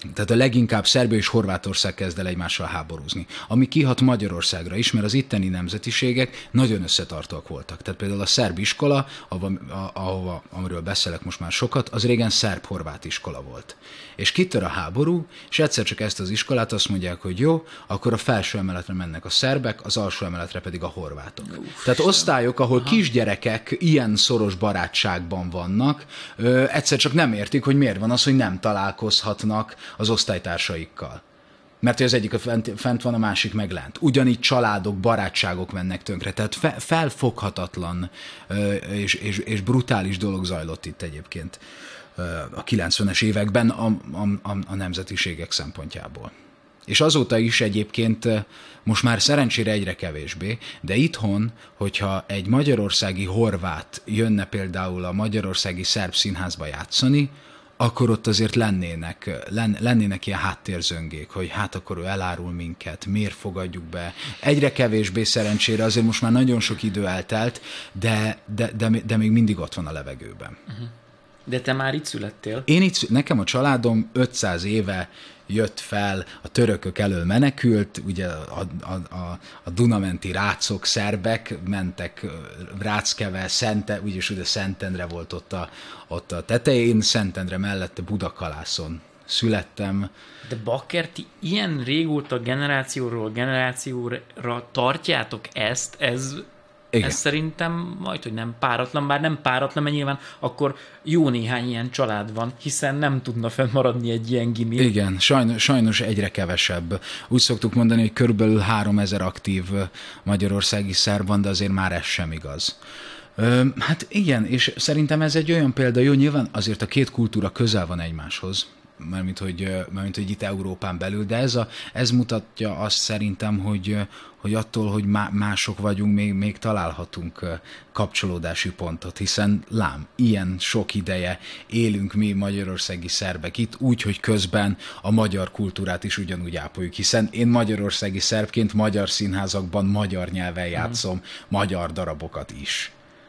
Tehát a leginkább Szerbia és Horvátország kezd el egymással háborúzni. Ami kihat Magyarországra is, mert az itteni nemzetiségek nagyon összetartóak voltak. Tehát például a szerb iskola, ahova, ahova, amiről beszélek most már sokat, az régen szerb-horvát iskola volt. És kitör a háború, és egyszer csak ezt az iskolát azt mondják, hogy jó, akkor a felső emeletre mennek a szerbek, az alsó emeletre pedig a horvátok. Uf, Tehát osztályok, ahol aha. kisgyerekek ilyen szoros barátságban vannak, ö, egyszer csak nem értik, hogy miért van az, hogy nem találkozhatnak az osztálytársaikkal. Mert az egyik fent, fent van, a másik meg lent. Ugyanígy családok, barátságok mennek tönkre. Tehát fe, felfoghatatlan ö, és, és, és brutális dolog zajlott itt egyébként ö, a kilencvenes években a, a, a, a nemzetiségek szempontjából. És azóta is egyébként most már szerencsére egyre kevésbé, de itthon, hogyha egy magyarországi horvát jönne például a magyarországi szerb színházba játszani, akkor ott azért lennének, lennének ilyen háttérzöngék, hogy hát akkor ő elárul minket, miért fogadjuk be. Egyre kevésbé szerencsére, azért most már nagyon sok idő eltelt, de, de, de, de még mindig ott van a levegőben. Uh-huh. De te már itt születtél? Én itt, nekem a családom ötszáz éve jött fel, a törökök elől menekült, ugye a, a, a, a Dunamenti rácok, szerbek mentek Ráckeve, Szente, úgyis ugye Szentendre volt ott a, ott a tetején, Szentendre mellette Budakalászon születtem. De bakker, ti ilyen régóta generációról generációra tartjátok ezt, ez... Igen. Ez szerintem majd, hogy nem páratlan, bár nem páratlan, mert nyilván akkor jó néhány ilyen család van, hiszen nem tudna fennmaradni egy ilyen gimi. Igen, sajnos, sajnos egyre kevesebb. Úgy szoktuk mondani, hogy körülbelül háromezer aktív magyarországi szerb van, de azért már ez sem igaz. Ö, hát igen, és szerintem ez egy olyan példa, jó, nyilván azért a két kultúra közel van egymáshoz, mármint hogy, mármint, hogy itt Európán belül, de ez, a, ez mutatja azt szerintem, hogy, hogy attól, hogy mások vagyunk, még, még találhatunk kapcsolódási pontot, hiszen lám, ilyen sok ideje élünk mi magyarországi szerbek itt, úgy, hogy közben a magyar kultúrát is ugyanúgy ápoljuk, hiszen én magyarországi szerbként magyar színházakban magyar nyelven játszom, mm. magyar darabokat is.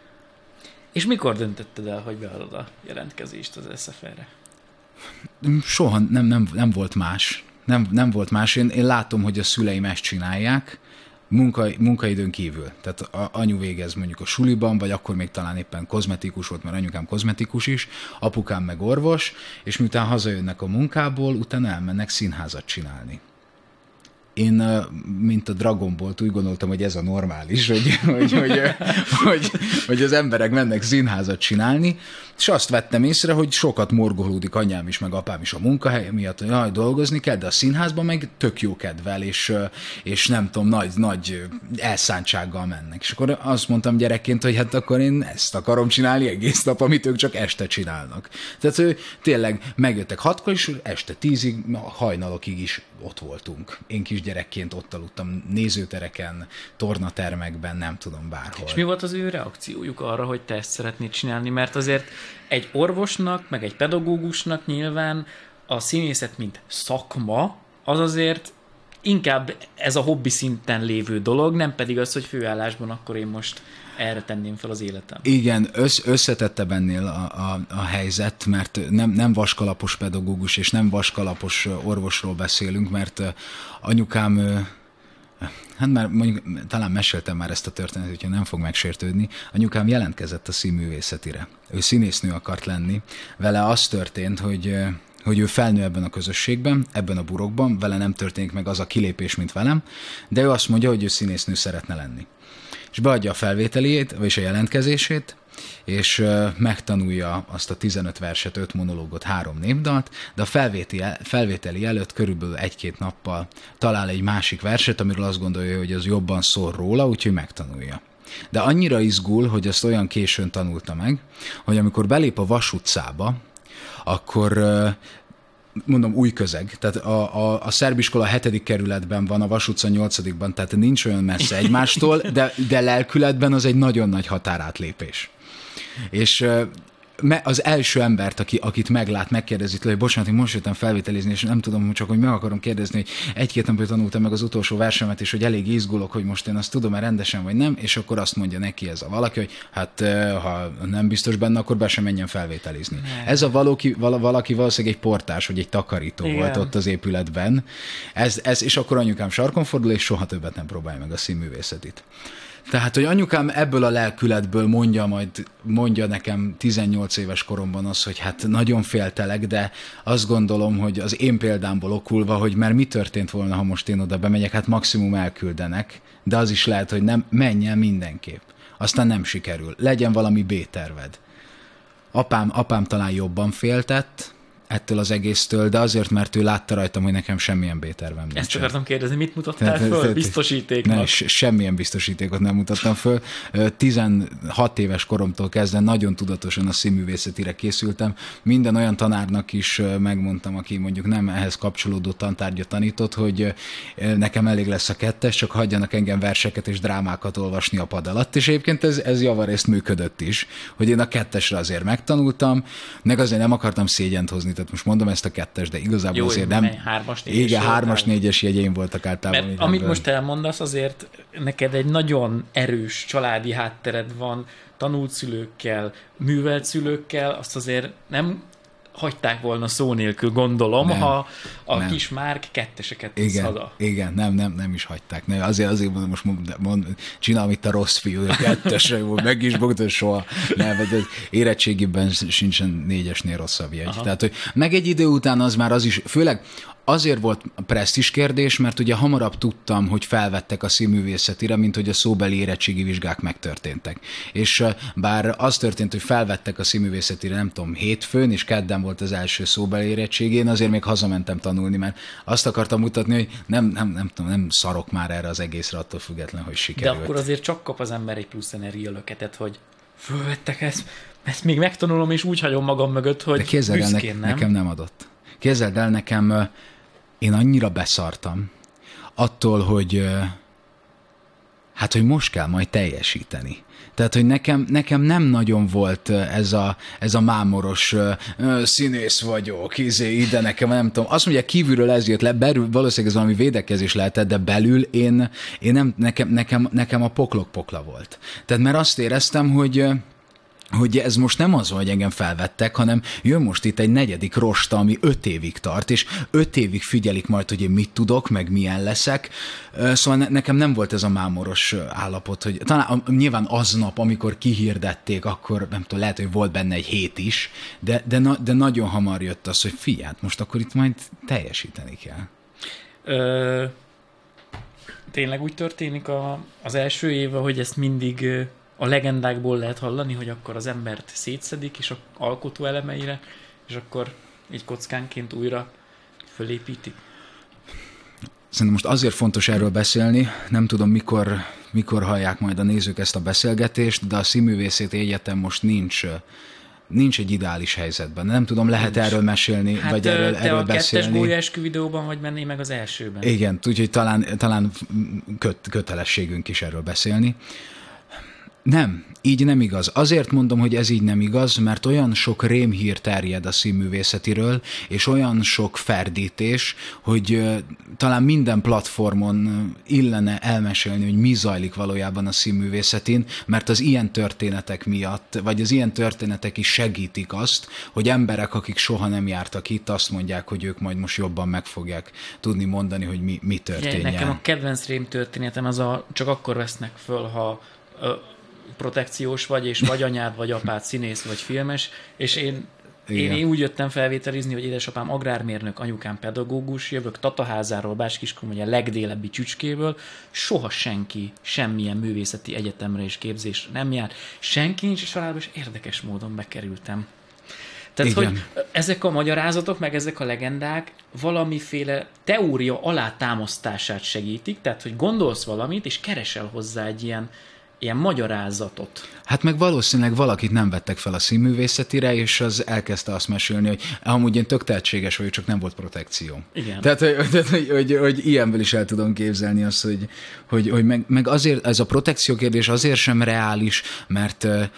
És mikor döntötted el, hogy beadod a jelentkezést az es ef er-re? Soha nem, nem, nem volt más. Nem, nem volt más. Én, én látom, hogy a szüleim ezt csinálják, munka, munkaidőn kívül. Tehát a, anyu végez mondjuk a suliban, vagy akkor még talán éppen kozmetikus volt, mert anyukám kozmetikus is, apukám meg orvos, és miután hazajönnek a munkából, utána elmennek színházat csinálni. Én, mint a Dragon Ball-t úgy gondoltam, hogy ez a normális, hogy, hogy, hogy, hogy, hogy az emberek mennek színházat csinálni, és azt vettem észre, hogy sokat morgolódik anyám is, meg apám is a munkahely miatt, hogy jaj, dolgozni kell, de a színházban meg tök jó kedvel, és, és nem tudom, nagy, nagy elszántsággal mennek. És akkor azt mondtam gyerekként, hogy hát akkor én ezt akarom csinálni egész nap, amit ők csak este csinálnak. Tehát ő tényleg megjöttek hatkor, és este tízig, hajnalokig is ott voltunk. Én kis gyerekként ott aludtam nézőtereken, tornatermekben, nem tudom, bárhol. És mi volt az ő reakciójuk arra, hogy te ezt szeretnéd csinálni? Mert azért egy orvosnak, meg egy pedagógusnak nyilván a színészet, mint szakma, az azért inkább ez a hobbi szinten lévő dolog, nem pedig az, hogy főállásban akkor én most erre tenném fel az életem. Igen, össz, összetettebb ennél a, a, a helyzet, mert nem, nem vaskalapos pedagógus és nem vaskalapos orvosról beszélünk, mert anyukám, hát már mondjuk, talán meséltem már ezt a történetet, hogyha nem fog megsértődni, anyukám jelentkezett a színművészetire. Ő színésznő akart lenni. Vele az történt, hogy hogy ő felnő ebben a közösségben, ebben a burokban, vele nem történik meg az a kilépés, mint velem, de ő azt mondja, hogy ő színésznő szeretne lenni. És beadja a felvételét, vagyis a jelentkezését, és megtanulja azt a tizenöt verset, öt monológot, három népdalt, de a felvételi előtt körülbelül egy-két nappal talál egy másik verset, amiről azt gondolja, hogy az jobban szól róla, úgyhogy megtanulja. De annyira izgul, hogy azt olyan későn tanulta meg, hogy amikor belép a Vas utcába, akkor mondom, új közeg. Tehát a, a, a szerb iskola hetedik kerületben van, a Vas utca nyolcadikban, tehát nincs olyan messze egymástól, de, de lelkületben az egy nagyon nagy határátlépés. És az első embert, aki, akit meglát, megkérdezi tőle, hogy bocsánat, én most jöttem felvételizni, és nem tudom, csak hogy meg akarom kérdezni, hogy egy-két napja tanultam meg az utolsó versemet, és hogy elég izgulok, hogy most én azt tudom-e rendesen, vagy nem, és akkor azt mondja neki ez a valaki, hogy hát ha nem biztos benne, akkor be sem menjen felvételizni. Nem. Ez a valaki, valaki valószínűleg egy portás, vagy egy takarító Igen. volt ott az épületben, ez, ez, és akkor anyukám sarkon fordul, és soha többet nem próbálja meg a színművészetit. Tehát, hogy anyukám ebből a lelkületből mondja majd, mondja nekem tizennyolc éves koromban az, hogy hát nagyon féltelek, de azt gondolom, hogy az én példámból okulva, hogy mert mi történt volna, ha most én oda bemegyek, hát maximum elküldenek, de az is lehet, hogy nem, menj el mindenképp. Aztán nem sikerül. Legyen valami B-terved. Apám, apám talán jobban féltett ettől az egésztől, de azért, mert ő látta rajtam, hogy nekem semmilyen B-tervem nincs. Ezt akartam kérdezni, mit mutattál föl? Te, te, biztosítéknak? Ne, semmilyen biztosítékot nem mutattam föl. tizenhat éves koromtól kezdve nagyon tudatosan a színművészetire készültem. Minden olyan tanárnak is megmondtam, aki mondjuk nem ehhez kapcsolódó tantárgyat tanított, hogy nekem elég lesz a kettes, csak hagyjanak engem verseket és drámákat olvasni a pad alatt, és egyébként ez, ez javarészt működött is, hogy én a kettesre azért megtanultam, meg azért nem akartam szégyent hozni. Tehát most mondom ezt a kettes, de igazából Jó, azért nem... Hármas, négyes. Igen, hármas, négyes jegyeim voltak általában. Mert amit most elmondasz, azért neked egy nagyon erős családi háttered van, tanult szülőkkel, művelt szülőkkel, azt azért nem hagyták volna szó nélkül, gondolom, nem, ha a nem. kis Márk ketteseket tesz igen, haza. Igen, nem, nem, nem is hagyták. Nem, azért, azért mondom, most mond, mond, csinálom itt a rossz fiú, kettesre, meg is bogdod soha. Nem, de érettségiben sincsen négyesnél rosszabb jegy. Aha. Tehát, hogy meg egy idő után az már az is, főleg azért volt presztízs kérdés, mert ugye hamarabb tudtam, hogy felvettek a színművészetire, mint hogy a szóbeli érettségi vizsgák megtörténtek. És bár az történt, hogy felvettek a színművészetire, nem tudom, hétfőn, és kedden volt az első szóbeli érettségi, én azért még hazamentem tanulni, mert azt akartam mutatni, hogy nem, nem, nem, tudom, nem szarok már erre az egészre, attól független, hogy sikerült. De akkor azért csak kap az ember egy plusz energialöketet, hogy fölvettek ezt, ezt még megtanulom, és úgy hagyom magam mögött, hogy büszkén, el, ne, nem? Nekem nem adott. Képzeld el, nekem én annyira beszartam attól, hogy hát, hogy most kell majd teljesíteni. Tehát, hogy nekem, nekem nem nagyon volt ez a, ez a mámoros színész vagyok, izé, ide nekem, nem tudom. Azt mondja, kívülről ez jött le, belül, valószínűleg ez valami védekezés lehetett, de belül én, én nem, nekem, nekem, nekem a poklok pokla volt. Tehát mert azt éreztem, hogy hogy ez most nem az, hogy engem felvettek, hanem jön most itt egy negyedik rosta, ami öt évig tart, és öt évig figyelik majd, hogy én mit tudok, meg milyen leszek. Szóval ne, nekem nem volt ez a mámoros állapot, hogy talán nyilván aznap, amikor kihirdették, akkor nem tudom, lehet, hogy volt benne egy hét is, de, de, na, de nagyon hamar jött az, hogy figyelj, most akkor itt majd teljesíteni kell. Ö, tényleg úgy történik a, az első év, hogy ezt mindig... A legendákból lehet hallani, hogy akkor az embert szétszedik, és a alkotó elemeire, és akkor így kockánként újra fölépítik. Szerintem most azért fontos erről beszélni, nem tudom mikor, mikor hallják majd a nézők ezt a beszélgetést, de a Színművészeti Egyetem most nincs, nincs egy ideális helyzetben. Nem tudom, lehet nincs. Erről mesélni, hát vagy erről, te erről a beszélni. kettes gólyásky videóban vagy menné meg az elsőben. Igen, úgyhogy talán, talán köt, kötelességünk is erről beszélni. Nem, így nem igaz. Azért mondom, hogy ez így nem igaz, mert olyan sok rémhír terjed a színművészetiről, és olyan sok ferdítés, hogy uh, talán minden platformon uh, illene elmesélni, hogy mi zajlik valójában a színművészetén, mert az ilyen történetek miatt, vagy az ilyen történetek is segítik azt, hogy emberek, akik soha nem jártak itt, azt mondják, hogy ők majd most jobban meg fogják tudni mondani, hogy mi, mi történjen. Nekem a kedvenc rém történetem az a, csak akkor vesznek föl, ha uh, protekciós vagy, és vagy anyád, vagy apád színész, vagy filmes, és én, én, én úgy jöttem felvételizni, hogy édesapám agrármérnök, anyukám pedagógus, jövök Tataházáról, Bács-Kiskun, vagy a legdélebbi csücskéből, soha senki semmilyen művészeti egyetemre és képzésre nem jár, senki nincs a családban, és érdekes módon bekerültem. Tehát, igen. Hogy ezek a magyarázatok, meg ezek a legendák valamiféle teória alátámasztását segítik, tehát, hogy gondolsz valamit, és keresel hozzá egy ilyen ilyen magyarázatot. Hát meg valószínűleg valakit nem vettek fel a színművészetire, és az elkezdte azt mesélni, hogy amúgy én tök tehetséges vagyok, csak nem volt protekció. Igen. Tehát, hogy, hogy, hogy, hogy, hogy ilyenből is el tudom képzelni azt, hogy, hogy, hogy meg, meg azért ez a protekció kérdés azért sem reális, mert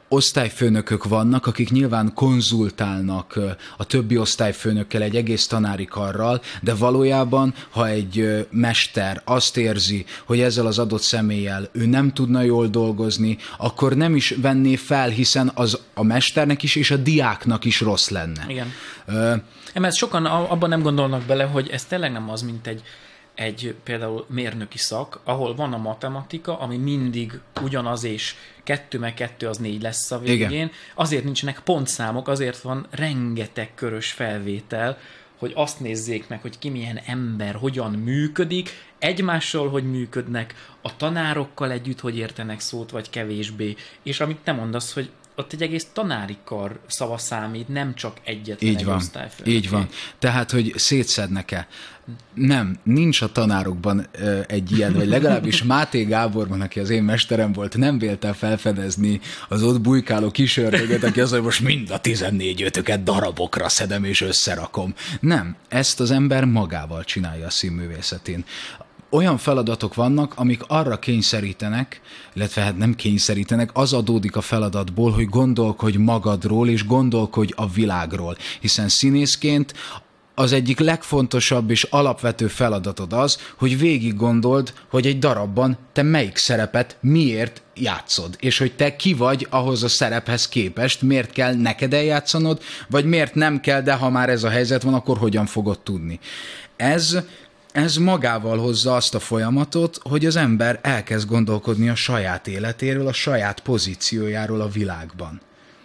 osztályfőnökök vannak, akik nyilván konzultálnak a többi osztályfőnökkel, egy egész tanári karral, de valójában, ha egy mester azt érzi, hogy ezzel az adott személlyel ő nem tudna jól dolgozni, akkor nem is venné fel, hiszen az a mesternek is és a diáknak is rossz lenne. Igen. Uh, Mert sokan abban nem gondolnak bele, hogy ez tényleg nem az, mint egy egy például mérnöki szak, ahol van a matematika, ami mindig ugyanaz, és kettő meg kettő az négy lesz a végén. Igen. Azért nincsenek pontszámok, azért van rengeteg körös felvétel, hogy azt nézzék meg, hogy ki milyen ember, hogyan működik, egymással hogy működnek, a tanárokkal együtt hogy értenek szót, vagy kevésbé. És amit te mondasz, hogy ott egy egész tanári kar szava számít, nem csak egyetlen így egy van, osztályfőnök. Így van. Tehát, hogy szétszednek-e? Nem, nincs a tanárokban ö, egy ilyen, vagy legalábbis Máté Gáborban, aki az én mesterem volt, nem vélte felfedezni az ott bujkáló kis ördögöt, aki az, hogy most mind a tizennégy ötöket darabokra szedem és összerakom. Nem, ezt az ember magával csinálja a színművészetén. Olyan feladatok vannak, amik arra kényszerítenek, illetve hát nem kényszerítenek, az adódik a feladatból, hogy gondolkodj magadról, és gondolkodj a világról. Hiszen színészként az egyik legfontosabb és alapvető feladatod az, hogy végig gondold, hogy egy darabban te melyik szerepet miért játszod, és hogy te ki vagy ahhoz a szerephez képest, miért kell neked eljátszanod, vagy miért nem kell, de ha már ez a helyzet van, akkor hogyan fogod tudni. Ez... Ez magával hozza azt a folyamatot, hogy az ember elkezd gondolkodni a saját életéről, a saját pozíciójáról a világban.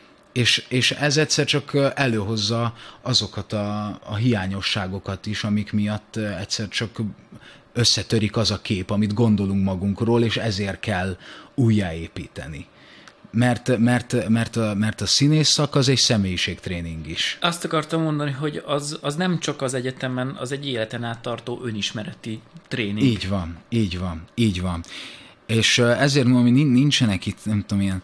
És, és ez egyszer csak előhozza azokat a, a hiányosságokat is, amik miatt egyszer csak összetörik az a kép, amit gondolunk magunkról, és ezért kell újjáépíteni. Mert, mert, mert, a, mert a színész szak az egy személyiségtréning is. Azt akartam mondani, hogy az, az nem csak az egyetemen, az egy életen át tartó önismereti tréning. Így van, így van, így van. És ezért mondom, hogy nincsenek itt, nem tudom, ilyen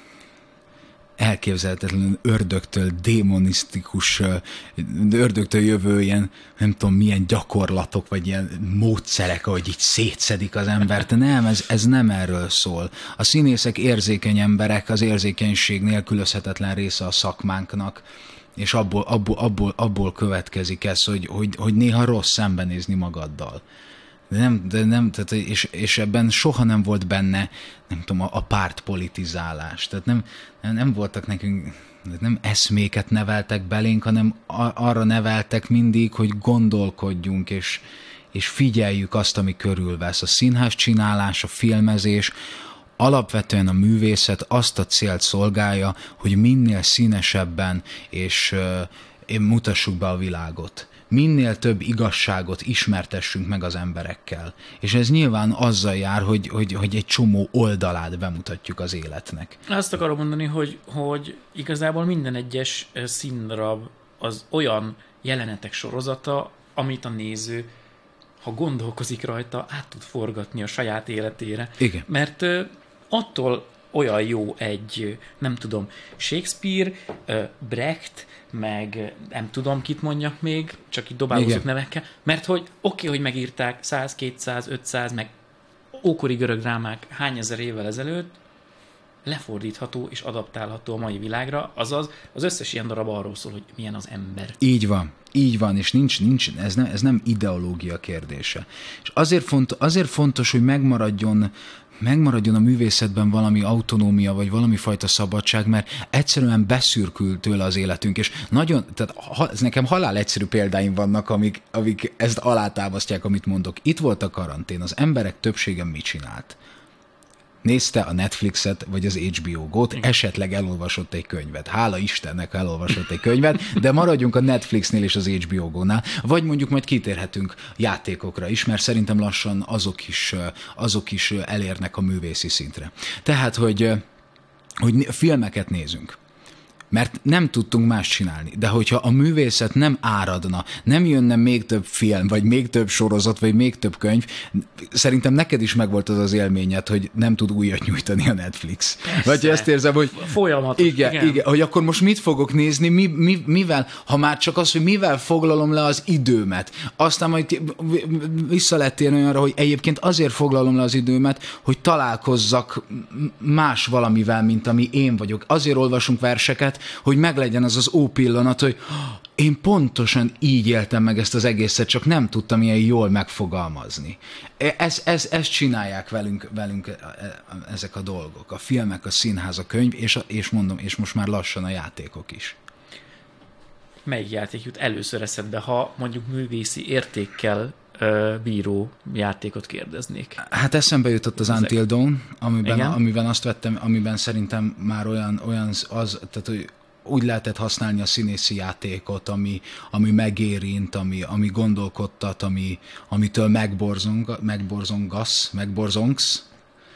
elképzelhetetlenül ördögtől démonisztikus, ördögtől jövő ilyen, nem tudom milyen gyakorlatok, vagy ilyen módszerek, ahogy így szétszedik az embert. Nem, ez, ez nem erről szól. A színészek érzékeny emberek, az érzékenység nélkülözhetetlen része a szakmánknak, és abból, abból, abból, abból következik ez, hogy, hogy, hogy néha rossz szembenézni magaddal. De nem, de nem tehát és, és ebben soha nem volt benne, nem tudom, a, a pártpolitizálás. Tehát nem, nem, nem voltak nekünk, nem eszméket neveltek belénk, hanem arra neveltek mindig, hogy gondolkodjunk, és, és figyeljük azt, ami körülvesz. A színház csinálás, a filmezés, alapvetően a művészet azt a célt szolgálja, hogy minél színesebben és uh, mutassuk be a világot. Minél több igazságot ismertessünk meg az emberekkel. És ez nyilván azzal jár, hogy, hogy, hogy egy csomó oldalát bemutatjuk az életnek. Azt akarom mondani, hogy, hogy igazából minden egyes színdarab az olyan jelenetek sorozata, amit a néző, ha gondolkozik rajta, át tud forgatni a saját életére. Igen. Mert uh, attól olyan jó egy, nem tudom, Shakespeare, uh, Brecht, meg nem tudom, kit mondjak még, csak így dobálózok nevekkel, mert hogy oké, okay, hogy megírták száz, kétszáz, ötszáz, meg ókori görög drámák hány ezer évvel ezelőtt, lefordítható és adaptálható a mai világra, azaz az összes ilyen darab arról szól, hogy milyen az ember. Így van, így van, és nincs, nincs ez, nem, ez nem ideológia kérdése. És azért, font, azért fontos, hogy megmaradjon megmaradjon a művészetben valami autonómia, vagy valami fajta szabadság, mert egyszerűen beszürkül tőle az életünk, és nagyon, tehát ha, ez nekem halál egyszerű példáim vannak, amik, amik ezt alátámasztják, amit mondok. Itt volt a karantén, az emberek többsége mit csinált? Nézte a Netflixet, vagy az há bé o Go-t, esetleg elolvasott egy könyvet. Hála Istennek elolvasott egy könyvet, de maradjunk a Netflixnél és az há bé o Go-nál, vagy mondjuk majd kitérhetünk játékokra is, mert szerintem lassan azok is, azok is elérnek a művészi szintre. Tehát, hogy, hogy filmeket nézünk. mert nem tudtunk más csinálni. De hogyha a művészet nem áradna, nem jönne még több film, vagy még több sorozat, vagy még több könyv, szerintem neked is megvolt az az élményed, hogy nem tud újat nyújtani a Netflix. Persze. Vagy ezt érzem, hogy folyamatos. Igen, igen. igen, hogy akkor most mit fogok nézni, mi, mi, mivel, ha már csak az, hogy mivel foglalom le az időmet. Aztán majd vissza lett térni olyanra, hogy egyébként azért foglalom le az időmet, hogy találkozzak más valamivel, mint ami én vagyok. Azért olvasunk verseket, hogy meglegyen az az ó pillanat, hogy én pontosan így éltem meg ezt az egészet, csak nem tudtam ilyen jól megfogalmazni. Ez, ez, ezt csinálják velünk, velünk ezek a dolgok. A filmek, a színház, a könyv, és, a, és mondom, és most már lassan a játékok is. Melyik játék jut először eszedbe, ha mondjuk művészi értékkel ö, bíró játékot kérdeznék? Hát eszembe jutott az Until Dawn, amiben, amiben azt vettem, amiben szerintem már olyan, olyan az, tehát hogy úgy lehetett használni a színészi játékot, ami, ami megérint, ami, ami gondolkodtat, ami, amitől megborzong, megborzongasz, megborzongsz.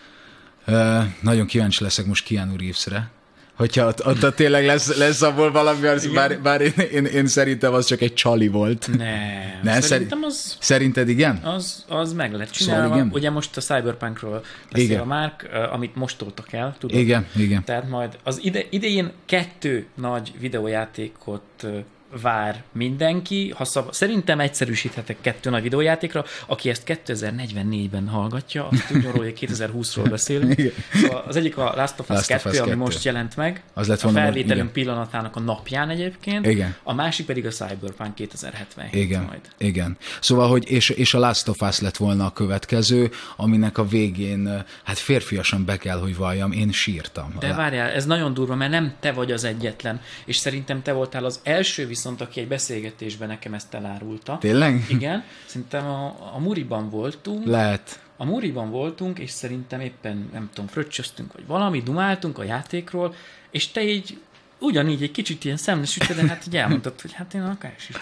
Uh, nagyon kíváncsi leszek most Keanu Reevesre. Hogyha ott, ott, ott tényleg lesz, lesz abból valami, az, bár, bár én, én, én szerintem az csak egy csali volt. Nem, ne, szerintem az... Szerinted igen? Az, az meg lett csinálva. Szóval ugye most a Cyberpunkról beszél a Mark, amit most toltak el, tudod? Igen, igen. Tehát majd az ide, idején kettő nagy videójátékot vár mindenki, ha szab... szerintem egyszerűsíthetek kettő nagy videójátékra, aki ezt kétezer-negyvennégyben hallgatja, azt tudja róla, hogy kétezer-húszról beszélünk. Szóval az egyik a Last of Us kettő, ami most jelent meg, az lett a felvételünk igen. pillanatának a napján egyébként, igen. a másik pedig a Cyberpunk kétezer-hetvenhét igen. majd. Igen. Szóval, hogy és, és a Last of Us lett volna a következő, aminek a végén, hát férfiasan be kell, hogy valljam, én sírtam. De várjál, ez nagyon durva, mert nem te vagy az egyetlen, és szerintem te voltál az első viszont, aki egy beszélgetésben nekem ezt elárulta. Tényleg? Igen. Szerintem a, a Muriban voltunk. Lehet. A Muriban voltunk, és szerintem éppen, nem tudom, fröccsöztünk, vagy valami, dumáltunk a játékról, és te így ugyanígy egy kicsit ilyen szemlesütte, de hát így elmondtad, hogy hát én akár is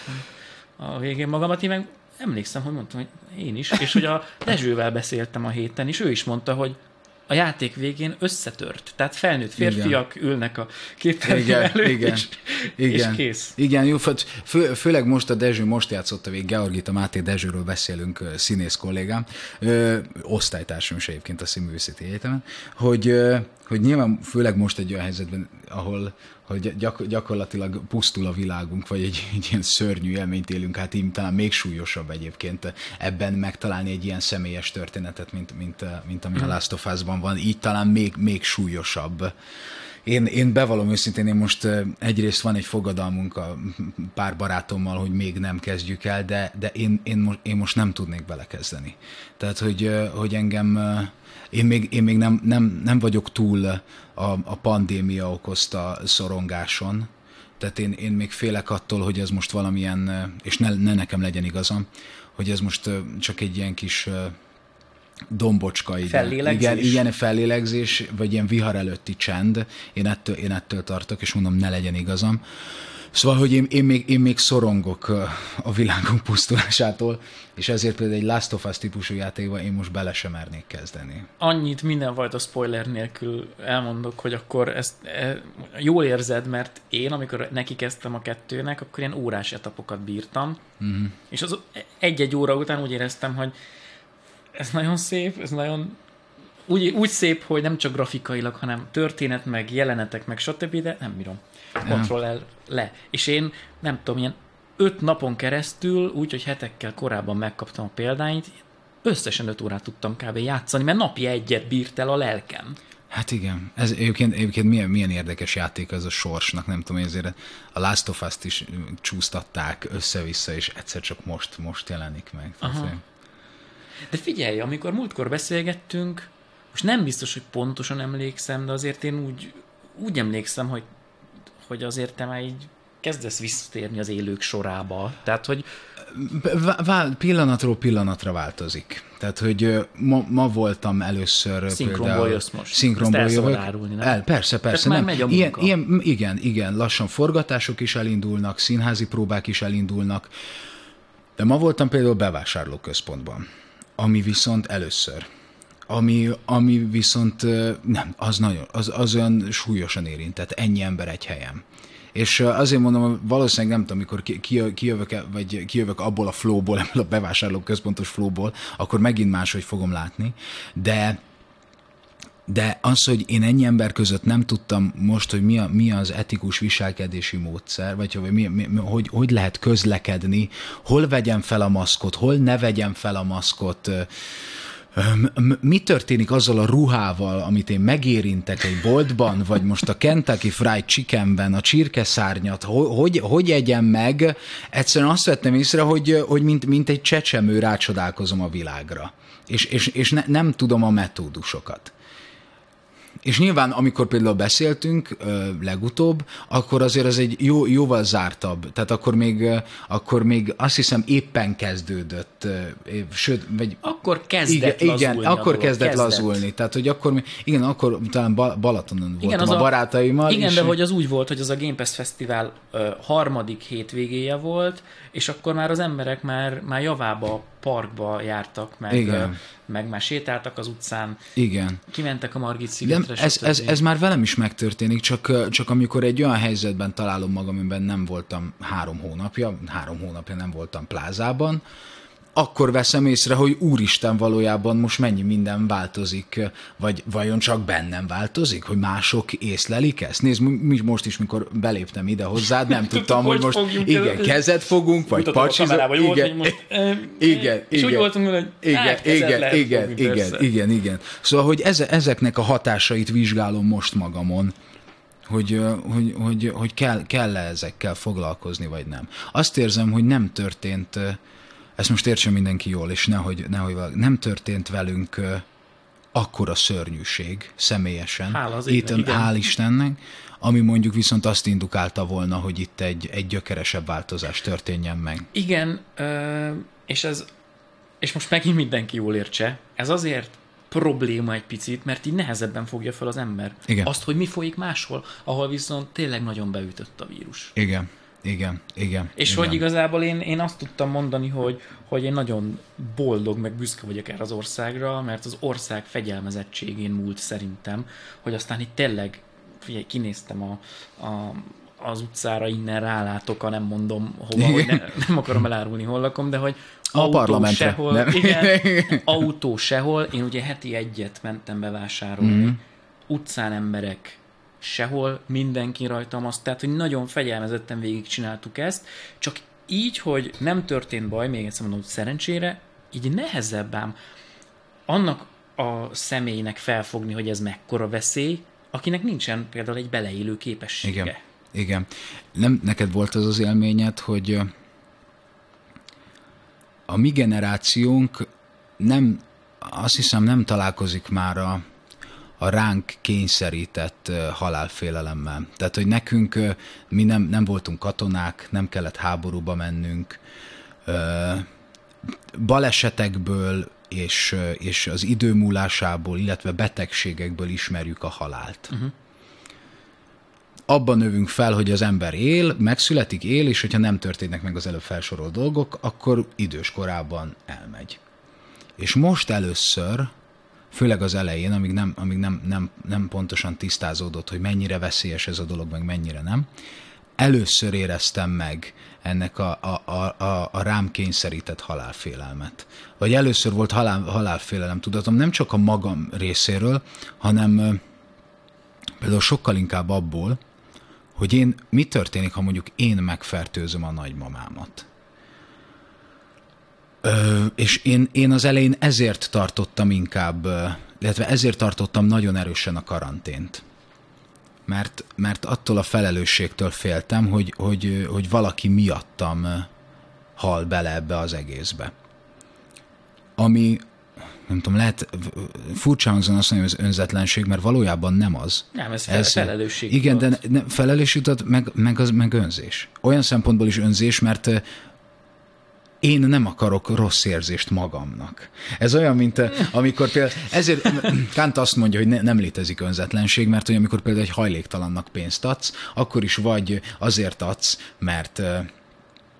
a végén magamat, én meg emlékszem, hogy mondtam, hogy én is, és hogy a Dezsővel beszéltem a héten, és ő is mondta, hogy a játék végén összetört. Tehát felnőtt férfiak igen. ülnek a képernyő előtt, igen. És, igen. és kész. Igen, jó, fő, főleg most a Dezső most játszotta végig, Georgita Máté Dezsőről beszélünk, színész kollégám, ö, osztálytársam is egyébként a Színművészeti Egyetemen, hogy, ö, hogy nyilván főleg most egy olyan helyzetben, ahol hogy gyak, gyakorlatilag pusztul a világunk, vagy egy, egy ilyen szörnyű élményt élünk, hát így talán még súlyosabb egyébként ebben megtalálni egy ilyen személyes történetet, mint, mint, mint ami a Last of Us-ban van, így talán még, még súlyosabb. Én, én bevallom őszintén, én most egyrészt van egy fogadalmunk a pár barátommal, hogy még nem kezdjük el, de, de én, én, most, én most nem tudnék belekezdeni. Tehát, hogy, hogy engem... Én még, én még nem, nem, nem vagyok túl a, a pandémia okozta szorongáson, tehát én, én még félek attól, hogy ez most valamilyen, és ne, ne nekem legyen igazam, hogy ez most csak egy ilyen kis dombocska. Fellélegzés? Igen, ilyen fellélegzés, vagy ilyen vihar előtti csend. Én ettől, én ettől tartok, és mondom, ne legyen igazam. Szóval, hogy én, én, még, én még szorongok a világunk pusztulásától, és ezért például egy Last of Us típusú játékban én most bele sem mernék kezdeni. Annyit mindenfajta spoiler nélkül elmondok, hogy akkor ezt e, jól érzed, mert én, amikor neki kezdtem a kettőnek, akkor ilyen órás etapokat bírtam, uh-huh. és az egy-egy óra után úgy éreztem, hogy ez nagyon szép, ez nagyon úgy, úgy szép, hogy nem csak grafikailag, hanem történet, meg jelenetek, meg stb., de nem bírom. Kontroll le. És én nem tudom, ilyen öt napon keresztül, úgyhogy hetekkel korábban megkaptam a példányt, összesen öt órát tudtam kb. Játszani, mert napi egyet bírt el a lelkem. Hát igen. Ez egyébként, egyébként milyen, milyen érdekes játék ez a sorsnak, nem tudom, ezért a Last of Us-t is csúsztatták össze-vissza, és egyszer csak most, most jelenik meg. De figyelj, amikor múltkor beszélgettünk, most nem biztos, hogy pontosan emlékszem, de azért én úgy, úgy emlékszem, hogy hogy azért te már így kezdesz visszatérni az élők sorába. Tehát, hogy... Vál, pillanatról pillanatra változik. Tehát, hogy ma, ma voltam először szinkronból jössz most. Szinkronból jövök. Árulni, nem? El, persze, persze. Tehát már megy a ilyen, ilyen, igen, igen, lassan forgatások is elindulnak, színházi próbák is elindulnak. De ma voltam például bevásárlóközpontban, ami viszont először. ami, ami viszont nem, az nagyon, az, az olyan súlyosan érintett, ennyi ember egy helyen. És azért mondom, valószínűleg nem tudom, amikor kijövök, vagy kijövök abból a flowból, ebből a bevásárlóközpontos flowból, akkor megint máshogy fogom látni, de De az, hogy én ennyi ember között nem tudtam most, hogy mi, a, mi az etikus viselkedési módszer, vagy hogy, mi, mi, hogy hogy lehet közlekedni, hol vegyem fel a maszkot, hol ne vegyem fel a maszkot, mi történik azzal a ruhával, amit én megérintek egy boltban, vagy most a Kentucky Fried Chickenben a csirkeszárnyat, hogy, hogy egyem meg, egyszerűen azt vettem észre, hogy, hogy mint, mint egy csecsemő rácsodálkozom a világra. És, és, és ne, nem tudom a metódusokat. És nyilván, amikor például beszéltünk ö, legutóbb, akkor azért ez egy jó, jóval zártabb. Tehát akkor még, ö, akkor még azt hiszem éppen kezdődött. Ö, sőt, vagy... Akkor kezdett igen, lazulni. Igen, akkor kezdett, kezdett lazulni. Tehát, hogy akkor, igen, akkor talán Balatonon voltam igen, a, a barátaimmal. Igen, és de hogy az úgy volt, hogy az a Game Pass Fesztivál ö, harmadik hétvégéje volt, és akkor már az emberek már, már javába parkba jártak, meg, ö, meg már sétáltak az utcán. Igen. Kimentek a Margit szigetre. Ez, ez, ez már velem is megtörténik, csak, csak amikor egy olyan helyzetben találom magam, amiben nem voltam három hónapja, három hónapja nem voltam plázában, akkor veszem észre, hogy úristen, valójában most mennyi minden változik, vagy vajon csak bennem változik, hogy mások észlelik ezt? Nézd, mi most is, mikor beléptem ide hozzád, nem tudtam, hogy most igen, kezet fogunk, vagy pacsizat. Igen, igen, és úgy voltunk, hogy igen, igen, igen, igen, igen, igen. Szóval, hogy ezeknek a hatásait vizsgálom most magamon, hogy, hogy, hogy, hogy kell, kell-e ezekkel foglalkozni, vagy nem. Azt érzem, hogy nem történt... Ezt most értsen mindenki jól, és nehogy, nehogy nem történt velünk uh, akkora szörnyűség személyesen. Hál' az itt, igen. Hál' Istennek, ami mondjuk viszont azt indukálta volna, hogy itt egy, egy gyökeresebb változás történjen meg. Igen, uh, és, ez, és most megint mindenki jól értse, ez azért probléma egy picit, mert így nehezebben fogja fel az ember. Igen. Azt, hogy mi folyik máshol, ahol viszont tényleg nagyon beütött a vírus. Igen. Igen, igen. És igen. hogy igazából én, én azt tudtam mondani, hogy, hogy én nagyon boldog, meg büszke vagyok erre az országra, mert az ország fegyelmezettségén múlt szerintem, hogy aztán itt tényleg, figyelj, kinéztem a, a, az utcára, innen rálátok, a nem mondom hova, hogy ne, nem akarom elárulni, hol lakom, de hogy a autó sehol, nem. Igen, autó sehol, én ugye heti egyet mentem bevásárolni, mm-hmm. utcán emberek, sehol, mindenki rajtam azt, tehát, hogy nagyon fegyelmezetten végigcsináltuk ezt, csak így, hogy nem történt baj, még egyszer mondom, szerencsére, így nehezebb ám annak a személynek felfogni, hogy ez mekkora veszély, akinek nincsen például egy beleélő képessége. Igen, igen. Nem, neked volt az az élményed, hogy a mi generációnk nem, azt hiszem nem találkozik már a a ránk kényszerített halálfélelemmel. Tehát, hogy nekünk mi nem, nem voltunk katonák, nem kellett háborúba mennünk, balesetekből és, és az idő múlásából, illetve betegségekből ismerjük a halált. Uh-huh. Abban növünk fel, hogy az ember él, megszületik, él, és hogyha nem történnek meg az előbb felsorolt dolgok, akkor idős korában elmegy. És most először, főleg az elején, amíg nem, amíg nem, nem, nem pontosan tisztázódott, hogy mennyire veszélyes ez a dolog, meg mennyire nem, először éreztem meg ennek a, a, a, a, a rám kényszerített halálfélelmet. Vagy először volt halál, halálfélelem tudatom, nem csak a magam részéről, hanem például sokkal inkább abból, hogy én, mi történik, ha mondjuk én megfertőzöm a nagymamámat. Ö, és én, én az elején ezért tartottam inkább, illetve ezért tartottam nagyon erősen a karantént. Mert, mert attól a felelősségtől féltem, hogy, hogy, hogy valaki miattam hal bele ebbe az egészbe. Ami, nem tudom, lehet furcsa hangzani azt mondani, hogy az önzetlenség, mert valójában nem az. Nem, ez, ez felelősség. Igen, de ne, felelősség, meg, meg, az, meg önzés. Olyan szempontból is önzés, mert én nem akarok rossz érzést magamnak. Ez olyan, mint amikor például, ezért Kant azt mondja, hogy ne, nem létezik önzetlenség, mert hogy amikor például egy hajléktalannak pénzt adsz, akkor is vagy azért adsz, mert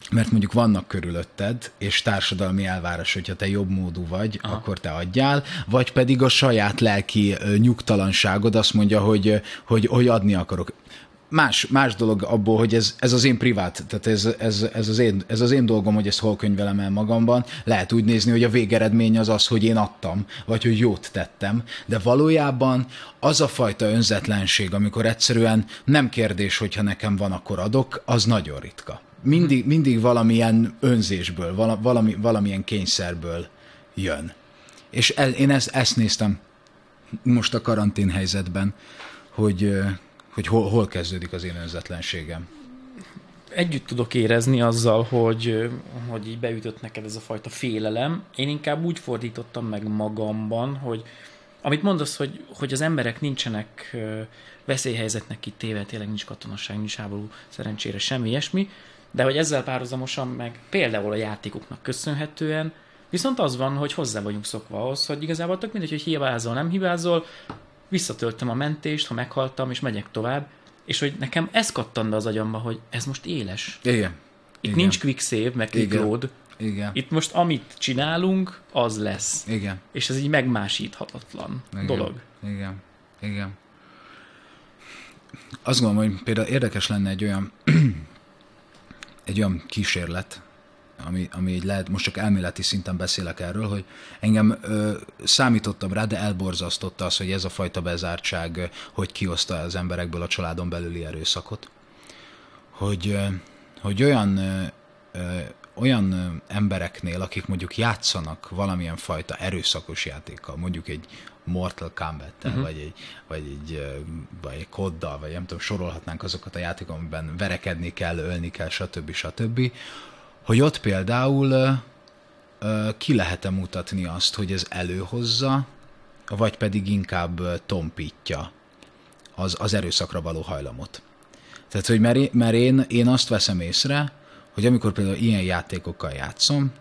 mert mondjuk vannak körülötted, és társadalmi elvárás, hogyha te jobb módú vagy, aha, akkor te adjál, vagy pedig a saját lelki nyugtalanságod azt mondja, hogy, hogy, hogy adni akarok. Más, más dolog abból, hogy ez, ez az én privát, tehát ez, ez, ez, az én, ez az én dolgom, hogy ezt hol könyvelem el magamban. Lehet úgy nézni, hogy a végeredmény az az, hogy én adtam, vagy hogy jót tettem, de valójában az a fajta önzetlenség, amikor egyszerűen nem kérdés, hogyha nekem van, akkor adok, az nagyon ritka. Mindig, mindig valamilyen önzésből, valami, valamilyen kényszerből jön. És el, én ezt, ezt néztem most a karantén helyzetben, hogy... hogy hol, hol kezdődik az én önzetlenségem. Együtt tudok érezni azzal, hogy, hogy így beütött neked ez a fajta félelem. Én inkább úgy fordítottam meg magamban, hogy amit mondasz, hogy, hogy az emberek nincsenek veszélyhelyzetnek kitéve, tényleg nincs katonaság, nincs háború, szerencsére semmi ilyesmi, de hogy ezzel párhuzamosan meg például a játékoknak köszönhetően, viszont az van, hogy hozzá vagyunk szokva ahhoz, hogy igazából tök mindegy, hogy hibázol, nem hibázol, visszatöltöm a mentést, ha meghaltam, és megyek tovább, és hogy nekem ez kattan be az agyamba, hogy ez most éles. Igen. Itt Igen. nincs quick save, meg quick Igen. load. Igen. Itt most amit csinálunk, az lesz. Igen. És ez így megmásíthatatlan Igen. dolog. Igen. Igen. Azt gondolom, hogy például érdekes lenne egy olyan egy olyan kísérlet, ami, ami így lehet, most csak elméleti szinten beszélek erről, hogy engem ö, számítottam rá, de elborzasztotta az, hogy ez a fajta bezártság, ö, hogy kioszta az emberekből a családon belüli erőszakot. Hogy, ö, hogy olyan, ö, ö, olyan ö, embereknél, akik mondjuk játszanak valamilyen fajta erőszakos játékkal, mondjuk egy Mortal Kombat-tel, uh-huh. vagy egy, vagy egy, vagy egy koddal, vagy nem tudom, sorolhatnánk azokat a játékokat, amiben verekedni kell, ölni kell, stb. stb., hogy ott például ö, ö, ki lehet-e mutatni azt, hogy ez előhozza, vagy pedig inkább ö, tompítja az, az erőszakra való hajlamot. Tehát, hogy mert, én, mert én, én azt veszem észre, hogy amikor például ilyen játékokkal játszom,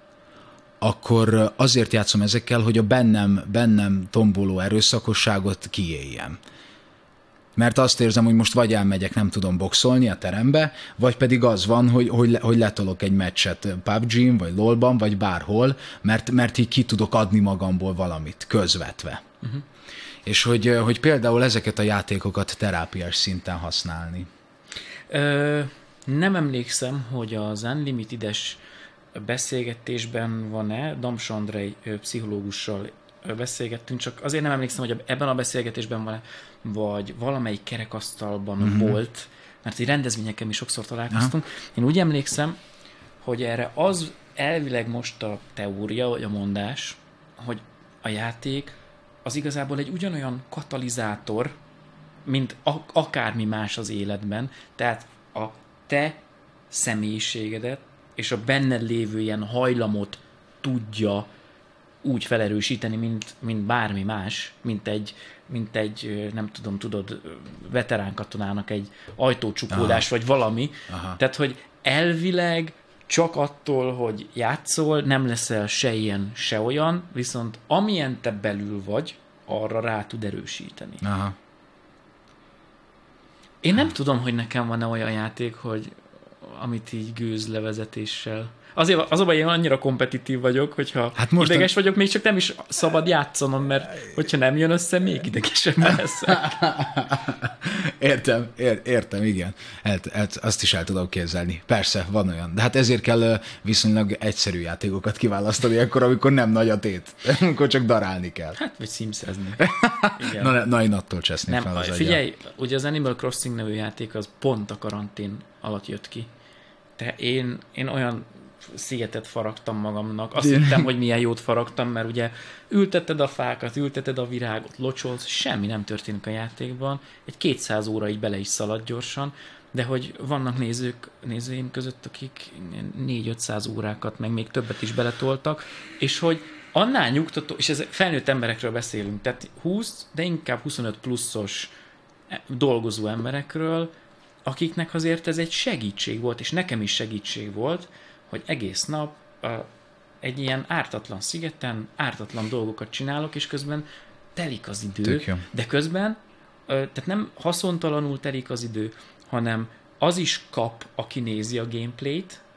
akkor azért játszom ezekkel, hogy a bennem, bennem tomboló erőszakosságot kiéljem. Mert azt érzem, hogy most vagy elmegyek, nem tudom boxolni a terembe, vagy pedig az van, hogy, hogy, le, hogy letolok egy meccset pé u bé gén, vagy lolban, vagy bárhol, mert, mert így ki tudok adni magamból valamit, közvetve. Uh-huh. És hogy, hogy például ezeket a játékokat terápiás szinten használni. Ö, nem emlékszem, hogy az Unlimited-es beszélgetésben van-e, Dams Andrej pszichológussal beszélgettünk, csak azért nem emlékszem, hogy ebben a beszélgetésben van-e, vagy valamelyik kerekasztalban mm-hmm. volt, mert egy rendezvényeken mi sokszor találkoztunk. Aha. Én úgy emlékszem, hogy erre az elvileg most a teória, vagy a mondás, hogy a játék az igazából egy ugyanolyan katalizátor, mint a- akármi más az életben, tehát a te személyiségedet és a benned lévő ilyen hajlamot tudja úgy felerősíteni, mint, mint bármi más, mint egy, mint egy, nem tudom, tudod, veterán katonának egy ajtócsukódás, aha. vagy valami. Aha. Tehát, hogy elvileg csak attól, hogy játszol, nem leszel se ilyen, se olyan, viszont amilyen te belül vagy, arra rá tud erősíteni. Aha. Én nem tudom, hogy nekem van-e olyan játék, hogy amit így gőzlevezetéssel. Azért az a baj, én annyira kompetitív vagyok, hogyha hát most ideges a... vagyok, még csak nem is szabad játszanom, mert hogyha nem jön össze, még idegesebb leszek. Értem, ér, értem, igen. Hát, hát azt is el tudom képzelni. Persze, van olyan. De hát ezért kell viszonylag egyszerű játékokat kiválasztani, akkor, amikor nem nagy a tét. Amikor csak darálni kell. Hát, vagy szimszezni. na, na, én attól csesznék fel az Figyelj, agyam. Ugye az Animal Crossing nevű játék az pont a karantén alatt jött ki. De én, én olyan szigetet faragtam magamnak. Azt hittem, hogy milyen jót faragtam, mert ugye ülteted a fákat, ülteted a virágot, locsolsz, semmi nem történik a játékban. Egy kétszáz óra így bele is szalad gyorsan, de hogy vannak nézők, nézőim között, akik négy-ötszáz órákat, meg még többet is beletoltak, és hogy annál nyugtató, és ez felnőtt emberekről beszélünk, tehát húsz, de inkább huszonöt pluszos dolgozó emberekről, akiknek azért ez egy segítség volt, és nekem is segítség volt, hogy egész nap uh, egy ilyen ártatlan szigeten ártatlan dolgokat csinálok, és közben telik az idő, de közben uh, tehát nem haszontalanul telik az idő, hanem az is kap, aki nézi a gameplayt,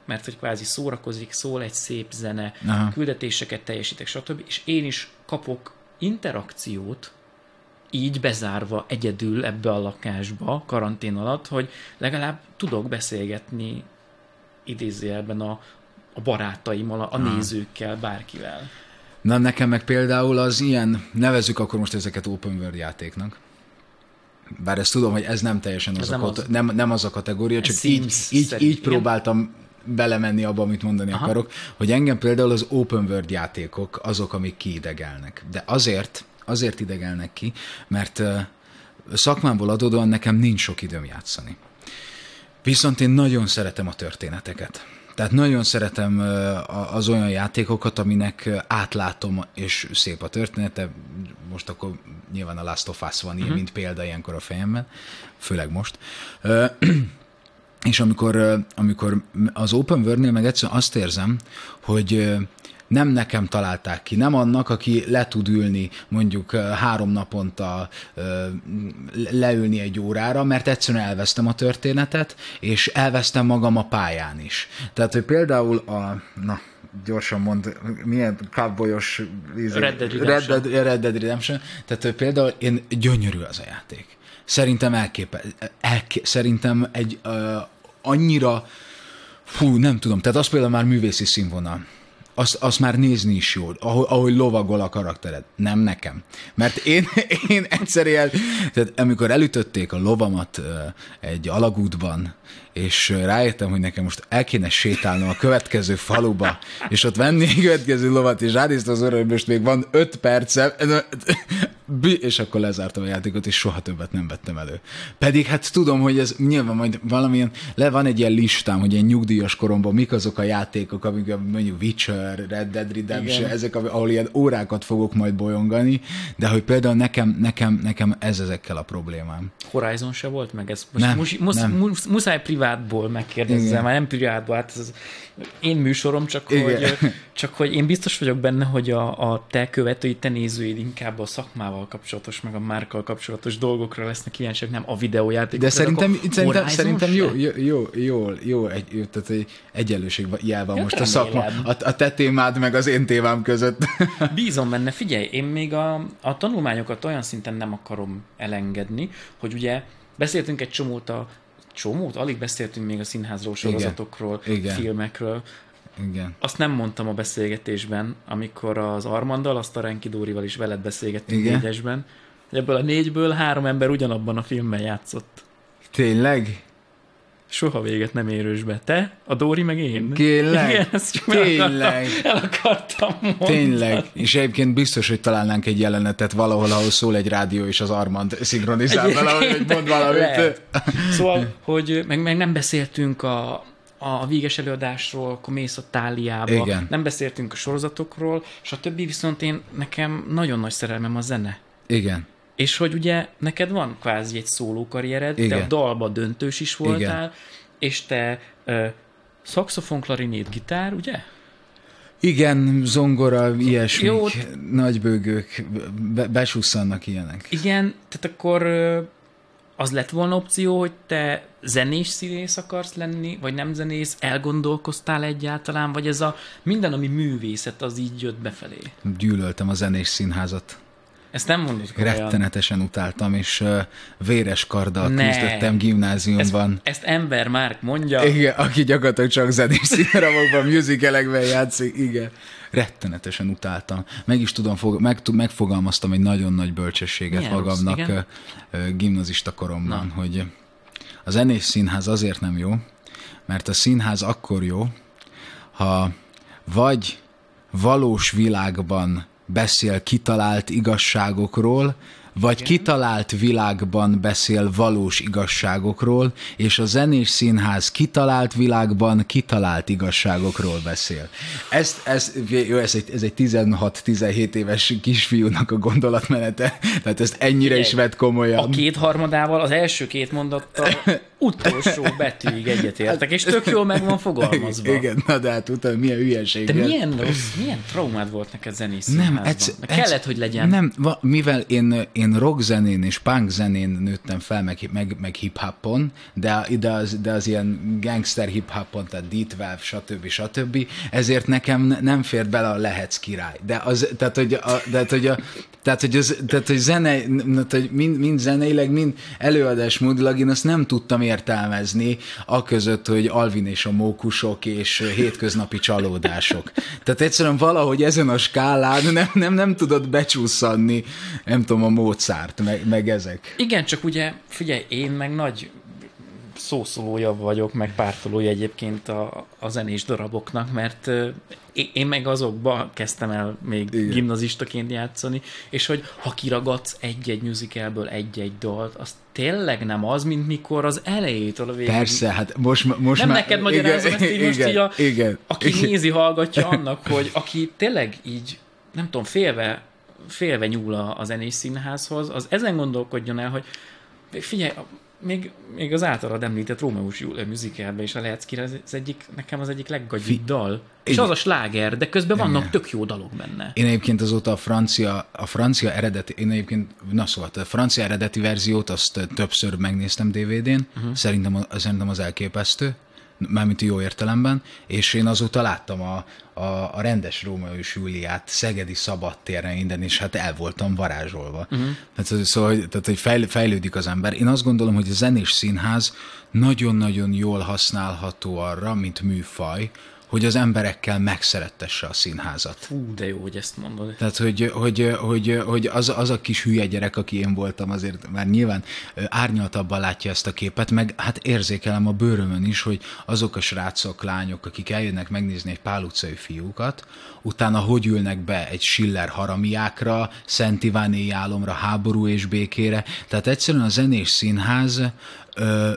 mert hogy kvázi szórakozik, szól egy szép zene, Aha. küldetéseket teljesítek, stb. És én is kapok interakciót, így bezárva egyedül ebbe a lakásba, karantén alatt, hogy legalább tudok beszélgetni idézőjelben a, a barátaimmal, a, a nézőkkel, bárkivel. Na, nekem meg például az ilyen, nevezzük akkor most ezeket open world játéknak. Bár ezt tudom, hogy ez nem teljesen az, ez a, nem, kot- az... Nem, nem az a kategória, csak így, így, így próbáltam belemenni abba, amit mondani Aha. akarok, hogy engem például az open world játékok azok, amik kiidegelnek. De azért, azért idegelnek ki, mert szakmámból adódóan nekem nincs sok időm játszani. Viszont én nagyon szeretem a történeteket. Tehát nagyon szeretem az olyan játékokat, aminek átlátom, és szép a története. Most akkor nyilván a Last of Us van ilyen, uh-huh. mint példa ilyenkor a fejemben, főleg most. És amikor, amikor az Open World-nél meg egyszerűen azt érzem, hogy nem nekem találták ki, nem annak, aki le tud ülni mondjuk három naponta leülni egy órára, mert egyszerűen elvesztem a történetet, és elvesztem magam a pályán is. Tehát, hogy például a... Na, gyorsan mond, milyen cowboyos... Red Dead Redemption. Red Dead, Red Dead Redemption. Tehát, hogy például én gyönyörű az a játék. Szerintem elképe... Elké, szerintem egy uh, annyira... Fú, nem tudom. Tehát az például már művészi színvonal. Azt, azt már nézni is jó, ahogy, ahogy lovagol a karaktered. Nem nekem. Mert én, én egyszerűen, tehát amikor elütötték a lovamat uh, egy alagútban, és uh, rájöttem, hogy nekem most el kéne sétálnom a következő faluba, és ott venni a következő lovat, és ránéztem az orra, hogy most még van öt percem, és akkor lezártam a játékot, és soha többet nem vettem elő. Pedig hát tudom, hogy ez nyilván majd valamilyen, le van egy ilyen listám, hogy ilyen nyugdíjas koromban mik azok a játékok, amik mondjuk Witcher, Red Dead Redemption, igen. ezek, ahol ilyen órákat fogok majd bolyongani, de hogy például nekem, nekem, nekem ez ezekkel a problémám. Horizon se volt meg? Ez most nem, mus, mus, nem. Mus, muszáj privátból megkérdezzem, már nem privátból, hát ez én műsorom, csak hogy, csak hogy én biztos vagyok benne, hogy a, a te követőid, te nézőid inkább a szakmával kapcsolatos, meg a márkkal kapcsolatos dolgokra lesznek kíváncsiak, nem a videójátékok. De szerintem, szerintem, szerintem jó, jó, jó, jó, jó egy, jó, tehát egy egyenlőség jel van ja, most a szakma, a, a te témád meg az én témám között. Bízom benne, figyelj, én még a, a tanulmányokat olyan szinten nem akarom elengedni, hogy ugye beszéltünk egy csomót a csomót, alig beszéltünk még a színházról, sorozatokról, Igen. filmekről. Igen. Azt nem mondtam a beszélgetésben, amikor az Armanddal, azt a Renki Dórival is veled beszélgettünk Igen. négyesben, hogy ebből a négyből három ember ugyanabban a filmben játszott. Tényleg? Soha véget nem érősbe. Te, a Dóri, meg én. Tényleg? Igen, ezt Tényleg? El akartam mondani. Tényleg? És egyébként biztos, hogy találnánk egy jelenetet valahol, ahol szól egy rádió, és az Armand szinkronizál valahogy, hogy mond valamit. Lehet. Szóval, hogy meg, meg nem beszéltünk a a véges előadásról, akkor mész a Táliába, Igen. nem beszéltünk a sorozatokról, stb. Viszont én, nekem nagyon nagy szerelmem a zene. Igen. És hogy ugye neked van kvázi egy szóló karriered, Igen. te a dalba döntős is voltál, Igen. és te uh, szaxofon, klarinét, gitár, ugye? Igen, zongora, ilyesmik, Jó, nagybőgők, be, besusszannak ilyenek. Igen, tehát akkor uh, az lett volna opció, hogy te zenés színész akarsz lenni, vagy nem zenész, elgondolkoztál egyáltalán, vagy ez a minden, ami művészet, az így jött befelé? Gyűlöltem a zenés színházat. Ezt nem mondod komolyan. Rettenetesen utáltam, és uh, véres karddal ne. küzdöttem gimnáziumban. Ezt, ezt Ember Márk mondja. Igen, aki gyakorlatilag csak zenés színdarabokban, musicalekben játszik, igen. Rettenetesen utáltam. Meg is tudom, meg, megfogalmaztam egy nagyon nagy bölcsességet Milyen magamnak rossz, gimnazista koromban, Na. hogy a zenés színház azért nem jó, mert a színház akkor jó, ha vagy valós világban beszél kitalált igazságokról, vagy Igen. kitalált világban beszél valós igazságokról, és a zenés színház kitalált világban kitalált igazságokról beszél. Ezt, ezt, jó, ez egy, ez egy tizenhat-tizenhét éves kisfiúnak a gondolatmenete, tehát ezt ennyire Igen. is vett komolyan. A kétharmadával, az első két mondattal utolsó betűig egyetértek, és tök jól meg van fogalmazva. Igen, na de hát utána milyen hülyeség. De milyen rossz, milyen traumád volt neked zenés színházban? Nem, egyszer, kellett, hogy legyen. Nem, mivel én, én én rock zenén és punk zenén nőttem fel, meg, meg, meg hip-hopon, de, de, az, de az ilyen gangster hip-hopon, tehát dé tizenkettő, stb. stb. Ezért nekem nem fér bele a Lehetsz király. De az, tehát, hogy a, de, hogy a Tehát, hogy, az, tehát, hogy zene, hogy mind, mind zeneileg, mind előadásmódilag én azt nem tudtam értelmezni aközött, hogy Alvin és a mókusok és hétköznapi csalódások. Tehát egyszerűen valahogy ezen a skálán nem, nem, nem tudod becsúszanni, nem tudom, a Mozart, meg, meg ezek. Igen, csak ugye, figyelj, én meg nagy szószólója vagyok, meg pártolója egyébként a, a zenés daraboknak, mert uh, én meg azokba kezdtem el még igen. gimnazistaként játszani, és hogy ha kiragadsz egy-egy musicalből egy-egy dalt, az tényleg nem az, mint mikor az elejétől a végig. Persze, hát most, most nem már... neked magyarázom ezt így most igen, így a, igen, aki igen. nézi, hallgatja annak, hogy aki tényleg így, nem tudom, félve, félve nyúl a, a zenés színházhoz, az ezen gondolkodjon el, hogy figyelj, Még, még az általad említett Rómeós Júlia musicalben is a Lehetsz király, az egyik, nekem az egyik leggagyibb dal. És igen. az a sláger, de közben vannak igen. tök jó dalok benne. Én egyébként azóta a francia, a francia eredeti, én egyébként, na szóval, a francia eredeti verziót azt többször megnéztem dé vé dén, uh-huh. szerintem, szerintem az elképesztő, mármint jó értelemben, és én azóta láttam a, a, a rendes Rómeó és Júliát szegedi szabadtéren innen, és hát el voltam varázsolva. Uh-huh. Hát, szóval, tehát, hogy fejl, fejlődik az ember. Én azt gondolom, hogy a zenés színház nagyon-nagyon jól használható arra, mint műfaj, hogy az emberekkel megszerettesse a színházat. Fú, de jó, hogy ezt mondod. Tehát, hogy, hogy, hogy, hogy az, az a kis hülye gyerek, aki én voltam, azért már nyilván árnyaltabban látja ezt a képet, meg hát érzékelem a bőrömön is, hogy azok a srácok, lányok, akik eljönnek megnézni egy Pál utcai fiúkat, utána hogy ülnek be egy Schiller haramiákra, Szent Iván éjjálomra, Háború és békére. Tehát egyszerűen a zenés színház ö,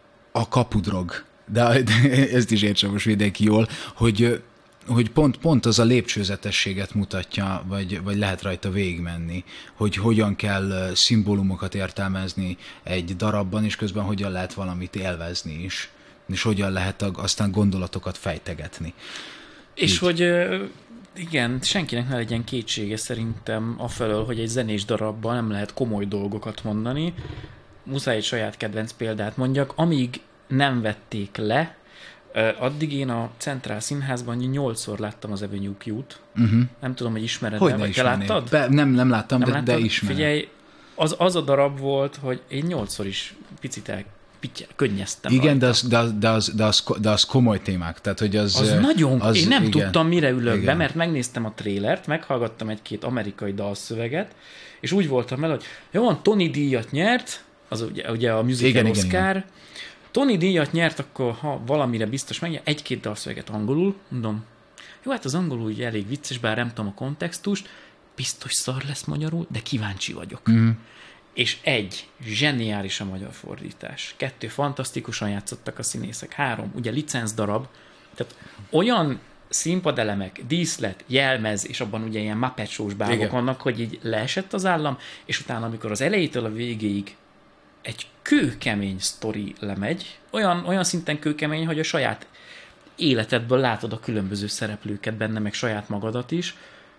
a kapudrog. De, de ezt is értsem most mindenki jól, hogy, hogy pont, pont az a lépcsőzetességet mutatja, vagy, vagy lehet rajta végigmenni, hogy hogyan kell szimbólumokat értelmezni egy darabban, és közben hogyan lehet valamit élvezni is, és hogyan lehet aztán gondolatokat fejtegetni. És Így. hogy igen, senkinek ne legyen kétsége szerintem afelől, hogy egy zenés darabban nem lehet komoly dolgokat mondani. Muszáj egy saját kedvenc példát mondjak, amíg nem vették le, addig én a Centrál Színházban nyolcszor láttam az Avenue Q-t. Uh-huh. Nem tudom, hogy ismered el, vagy te láttad? Be, nem, nem láttam, nem de, láttad? de ismerem. Figyelj, az, az a darab volt, hogy én nyolcszor is picit el, pitye, könnyeztem. Igen, de az, de, az, de, az, de, az, de az komoly témák. Tehát, hogy az, az nagyon, az, én nem igen, tudtam, mire ülök igen. be, mert megnéztem a trélert, meghallgattam egy-két amerikai dalszöveget, és úgy voltam el, hogy jó, van, Tony díjat nyert, az ugye, ugye a musical igen, Oscar, igen, igen. Tony díjat nyert, akkor ha valamire biztos meg, egy-két dalszöveget angolul, mondom, jó, hát az angolul ugye elég vicces, bár nem tudom a kontextust, biztos szar lesz magyarul, de kíváncsi vagyok. Mm. És egy, zseniális a magyar fordítás. Kettő, fantasztikusan játszottak a színészek. Három, ugye licenc darab, tehát olyan színpadelemek, díszlet, jelmez, és abban ugye ilyen Muppet Show-s bálok vannak, hogy így leesett az állam, és utána, amikor az elejétől a végéig egy kőkemény sztori lemegy, olyan, olyan szinten kőkemény, hogy a saját életedből látod a különböző szereplőket benne, meg saját magadat is,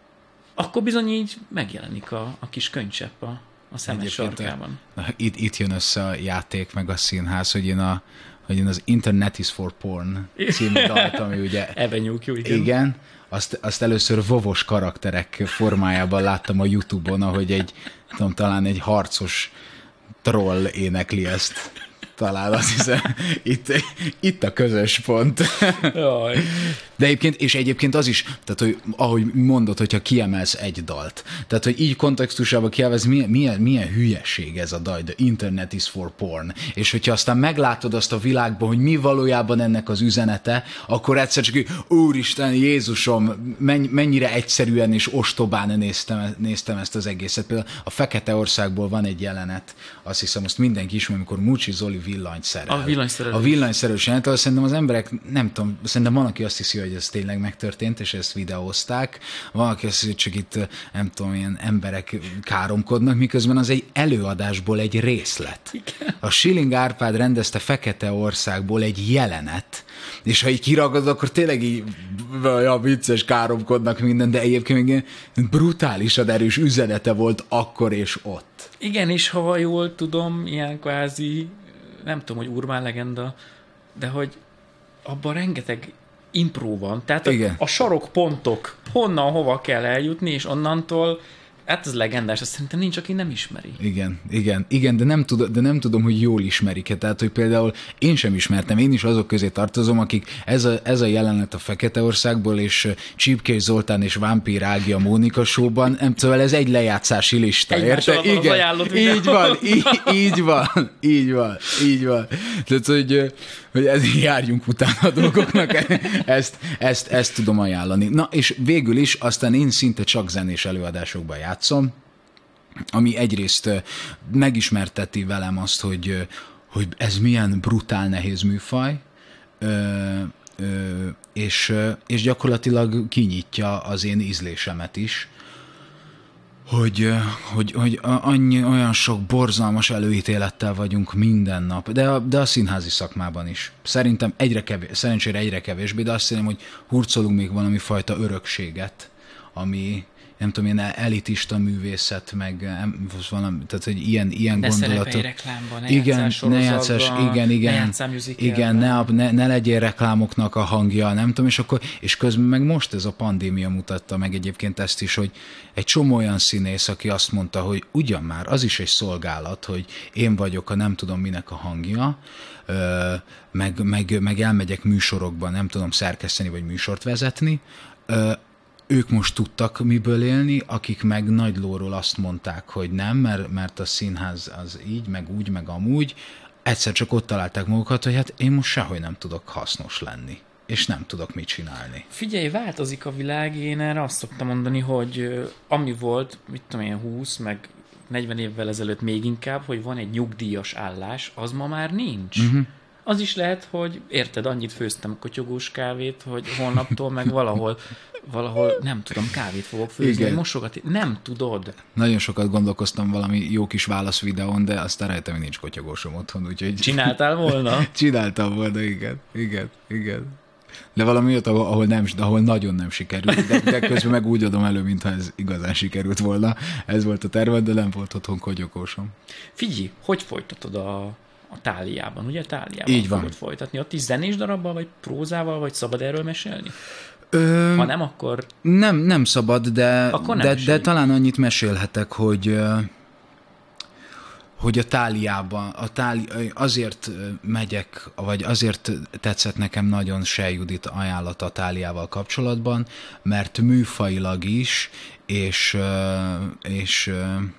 akkor bizony így megjelenik a, a kis könycsepp a, a szemes sarkában. Itt, itt jön össze a játék, meg a színház, hogy én, a, hogy én az Internet is for Porn című dalt, ami ugye... Avenue Q, igen. Igen, azt, azt először vovos karakterek formájában láttam a YouTube-on, ahogy egy, tudom, talán egy harcos troll énekli ezt. Talán azt hiszem, itt, itt a közös pont. Jaj. De egyébként, és egyébként az is, tehát, hogy ahogy mondod, hogyha kiemelsz egy dalt, tehát, hogy így kontextusában kiemelsz, milyen, milyen, milyen hülyeség ez a dal, the internet is for porn, és hogyha aztán meglátod azt a világban, hogy mi valójában ennek az üzenete, akkor egyszer csak, úristen, Jézusom, mennyire egyszerűen és ostobán néztem, néztem ezt az egészet. Például a Fekete Országból van egy jelenet, azt hiszem, azt mindenki ismer, amikor Mucsi Zoli villanyszerel. A villanyszerelés. A villanyszerelés jelenetől szerintem az emberek, nem tudom, szerintem van, aki azt hiszi, hogy ez tényleg megtörtént, és ezt videózták. Van, aki azt hiszi, hogy csak itt, nem tudom, ilyen emberek káromkodnak, miközben az egy előadásból egy részlet. Igen. A Schilling Árpád rendezte Feketeországból egy jelenet, és ha így kiragad, akkor tényleg így ja, vicces, káromkodnak minden, de egyébként még brutálisan erős üzenete volt akkor és ott. Igen, és ha jól tudom, ilyen kvázi, nem tudom, hogy urban legenda, de hogy abban rengeteg impró van. Tehát a, a sarokpontok, honnan, hova kell eljutni, és onnantól, hát ez legendás, azt szerintem nincs, aki nem ismeri. Igen, igen, igen, de nem, tud, de nem tudom, hogy jól ismerik-e. Tehát, hogy például én sem ismertem, én is azok közé tartozom, akik ez a, ez a jelenet a Feketeországból, és Csípkés Zoltán és Vámpír Ági a Mónika Show-ban, nem szóval ez egy lejátszási lista, érte? Igen, így van, így, így van, így van, így van. Tehát, hogy, hogy ez, járjunk utána a dolgoknak, ezt, ezt, ezt tudom ajánlani. Na, és végül is aztán én szinte csak zenés előadásokban játszom, ami egyrészt megismerteti velem azt, hogy, hogy ez milyen brutál nehéz műfaj, és, és gyakorlatilag kinyitja az én ízlésemet is, hogy, hogy, hogy annyi, olyan sok borzalmas előítélettel vagyunk minden nap, de a, de a színházi szakmában is. Szerintem egyre kevés, szerencsére egyre kevésbé, de azt hiszem, hogy hurcolunk még valami fajta örökséget, ami nem tudom, ilyen elitista művészet, meg valami, tehát, hogy ilyen, ilyen ne gondolatok. Ne reklámban, ne igen, ne játszás, igen, igen, ne igen, ne, ne, ne legyél reklámoknak a hangja, nem tudom, és akkor, és közben meg most ez a pandémia mutatta meg egyébként ezt is, hogy egy csomó olyan színész, aki azt mondta, hogy ugyan már, az is egy szolgálat, hogy én vagyok a nem tudom minek a hangja, meg, meg, meg elmegyek műsorokban, nem tudom szerkeszteni, vagy műsort vezetni, ők most tudtak miből élni, akik meg nagy lóról azt mondták, hogy nem, mert, mert a színház az így, meg úgy, meg amúgy. Egyszer csak ott találták magukat, hogy hát én most sehogy nem tudok hasznos lenni, és nem tudok mit csinálni. Figyelj, változik a világ, én erre azt szoktam mondani, hogy ami volt, mit tudom én, húsz, meg negyven évvel ezelőtt még inkább, hogy van egy nyugdíjas állás, az ma már nincs. Uh-huh. Az is lehet, hogy érted, annyit főztem kotyogós kávét, hogy holnaptól meg valahol, valahol nem tudom, kávét fogok főzni, mosogatni. Nem tudod. Nagyon sokat gondolkoztam valami jó kis válasz videón, de aztán rájöttem, hogy nincs kotyogósom otthon, úgyhogy... Csináltál volna? Csináltam volna, igen, igen, igen. De valami olyat, ahol, nem, ahol nagyon nem sikerült, de, de közben meg úgy adom elő, mintha ez igazán sikerült volna. Ez volt a terved, de nem volt otthon kotyogósom. Figyelj, hogy folytatod a... a Táliában, ugye? Táliában így van. Fogod folytatni. Ott is zenés darabbal, vagy prózával, vagy szabad erről mesélni? Ö, ha nem, akkor... Nem, nem szabad, de, akkor nem de, de talán annyit mesélhetek, hogy, hogy a Táliában, a Táli, azért megyek, vagy azért tetszett nekem nagyon Sej Judit ajánlata a Táliával kapcsolatban, mert műfajilag is, és, és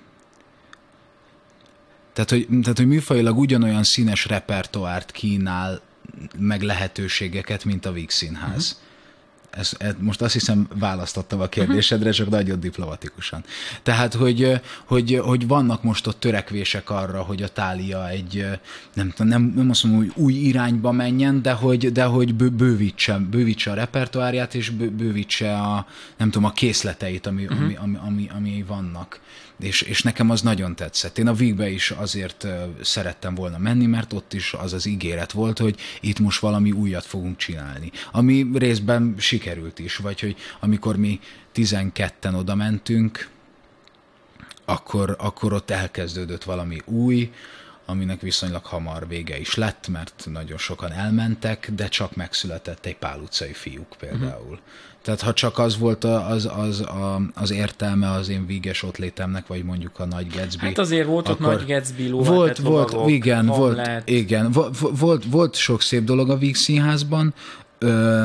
Tehát hogy, tehát, hogy műfajilag ugyanolyan színes repertoárt kínál meg lehetőségeket, mint a Víg Színház. Uh-huh. Ez, ez, most azt hiszem választottam a kérdésedre, csak nagyon diplomatikusan. Tehát, hogy, hogy, hogy vannak most ott törekvések arra, hogy a Tália egy, nem, nem, nem azt mondom, hogy új irányba menjen, de hogy, de hogy bővítse, bővítse a repertoárját, és bővítse a, nem tudom, a készleteit, ami, uh-huh. ami, ami, ami, ami vannak. És, és nekem az nagyon tetszett. Én a Vígbe is azért szerettem volna menni, mert ott is az az ígéret volt, hogy itt most valami újat fogunk csinálni. Ami részben sikerült is, vagy hogy amikor mi tizenketten oda mentünk, akkor, akkor ott elkezdődött valami új, aminek viszonylag hamar vége is lett, mert nagyon sokan elmentek, de csak megszületett egy Pál utcai fiúk például. Uh-huh. Tehát ha csak az volt az, az, az, az értelme az én víges ott létemnek, vagy mondjuk a Nagy Gatsby. Hát azért volt ott Nagy Gatsby, volt, volt, igen, volt, igen, volt, volt sok szép dolog a Víg Színházban. Ö,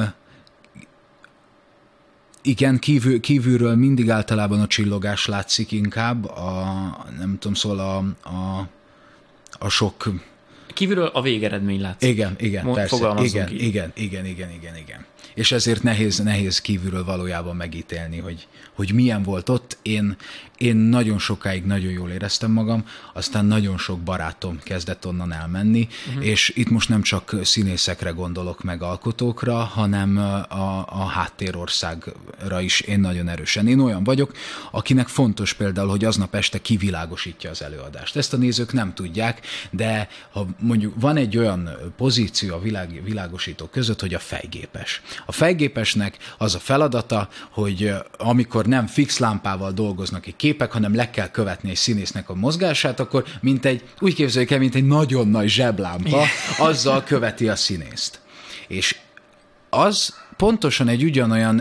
igen, kívül, kívülről mindig általában a csillogás látszik inkább, a, nem tudom, szóval a, a, a sok... kívülről a végeredmény látszik. Igen, igen, Mo- persze. Igen, igen, igen, igen, igen, igen. És ezért nehéz, nehéz kívülről valójában megítélni, hogy, hogy milyen volt ott. Én, én nagyon sokáig nagyon jól éreztem magam, aztán nagyon sok barátom kezdett onnan elmenni, uh-huh. és itt most nem csak színészekre gondolok meg alkotókra, hanem a, a háttérországra is én nagyon erősen. Én olyan vagyok, akinek fontos például, hogy aznap este kivilágosítja az előadást. Ezt a nézők nem tudják, de ha mondjuk van egy olyan pozíció a világ, világosítók között, hogy a fejgépes. A fejgépesnek az a feladata, hogy amikor nem fix lámpával dolgoznak egy képek, hanem le kell követni egy színésznek a mozgását, akkor mint egy, úgy képzeljük el, mint egy nagyon nagy zseblámpa, azzal követi a színészt. És az pontosan egy ugyanolyan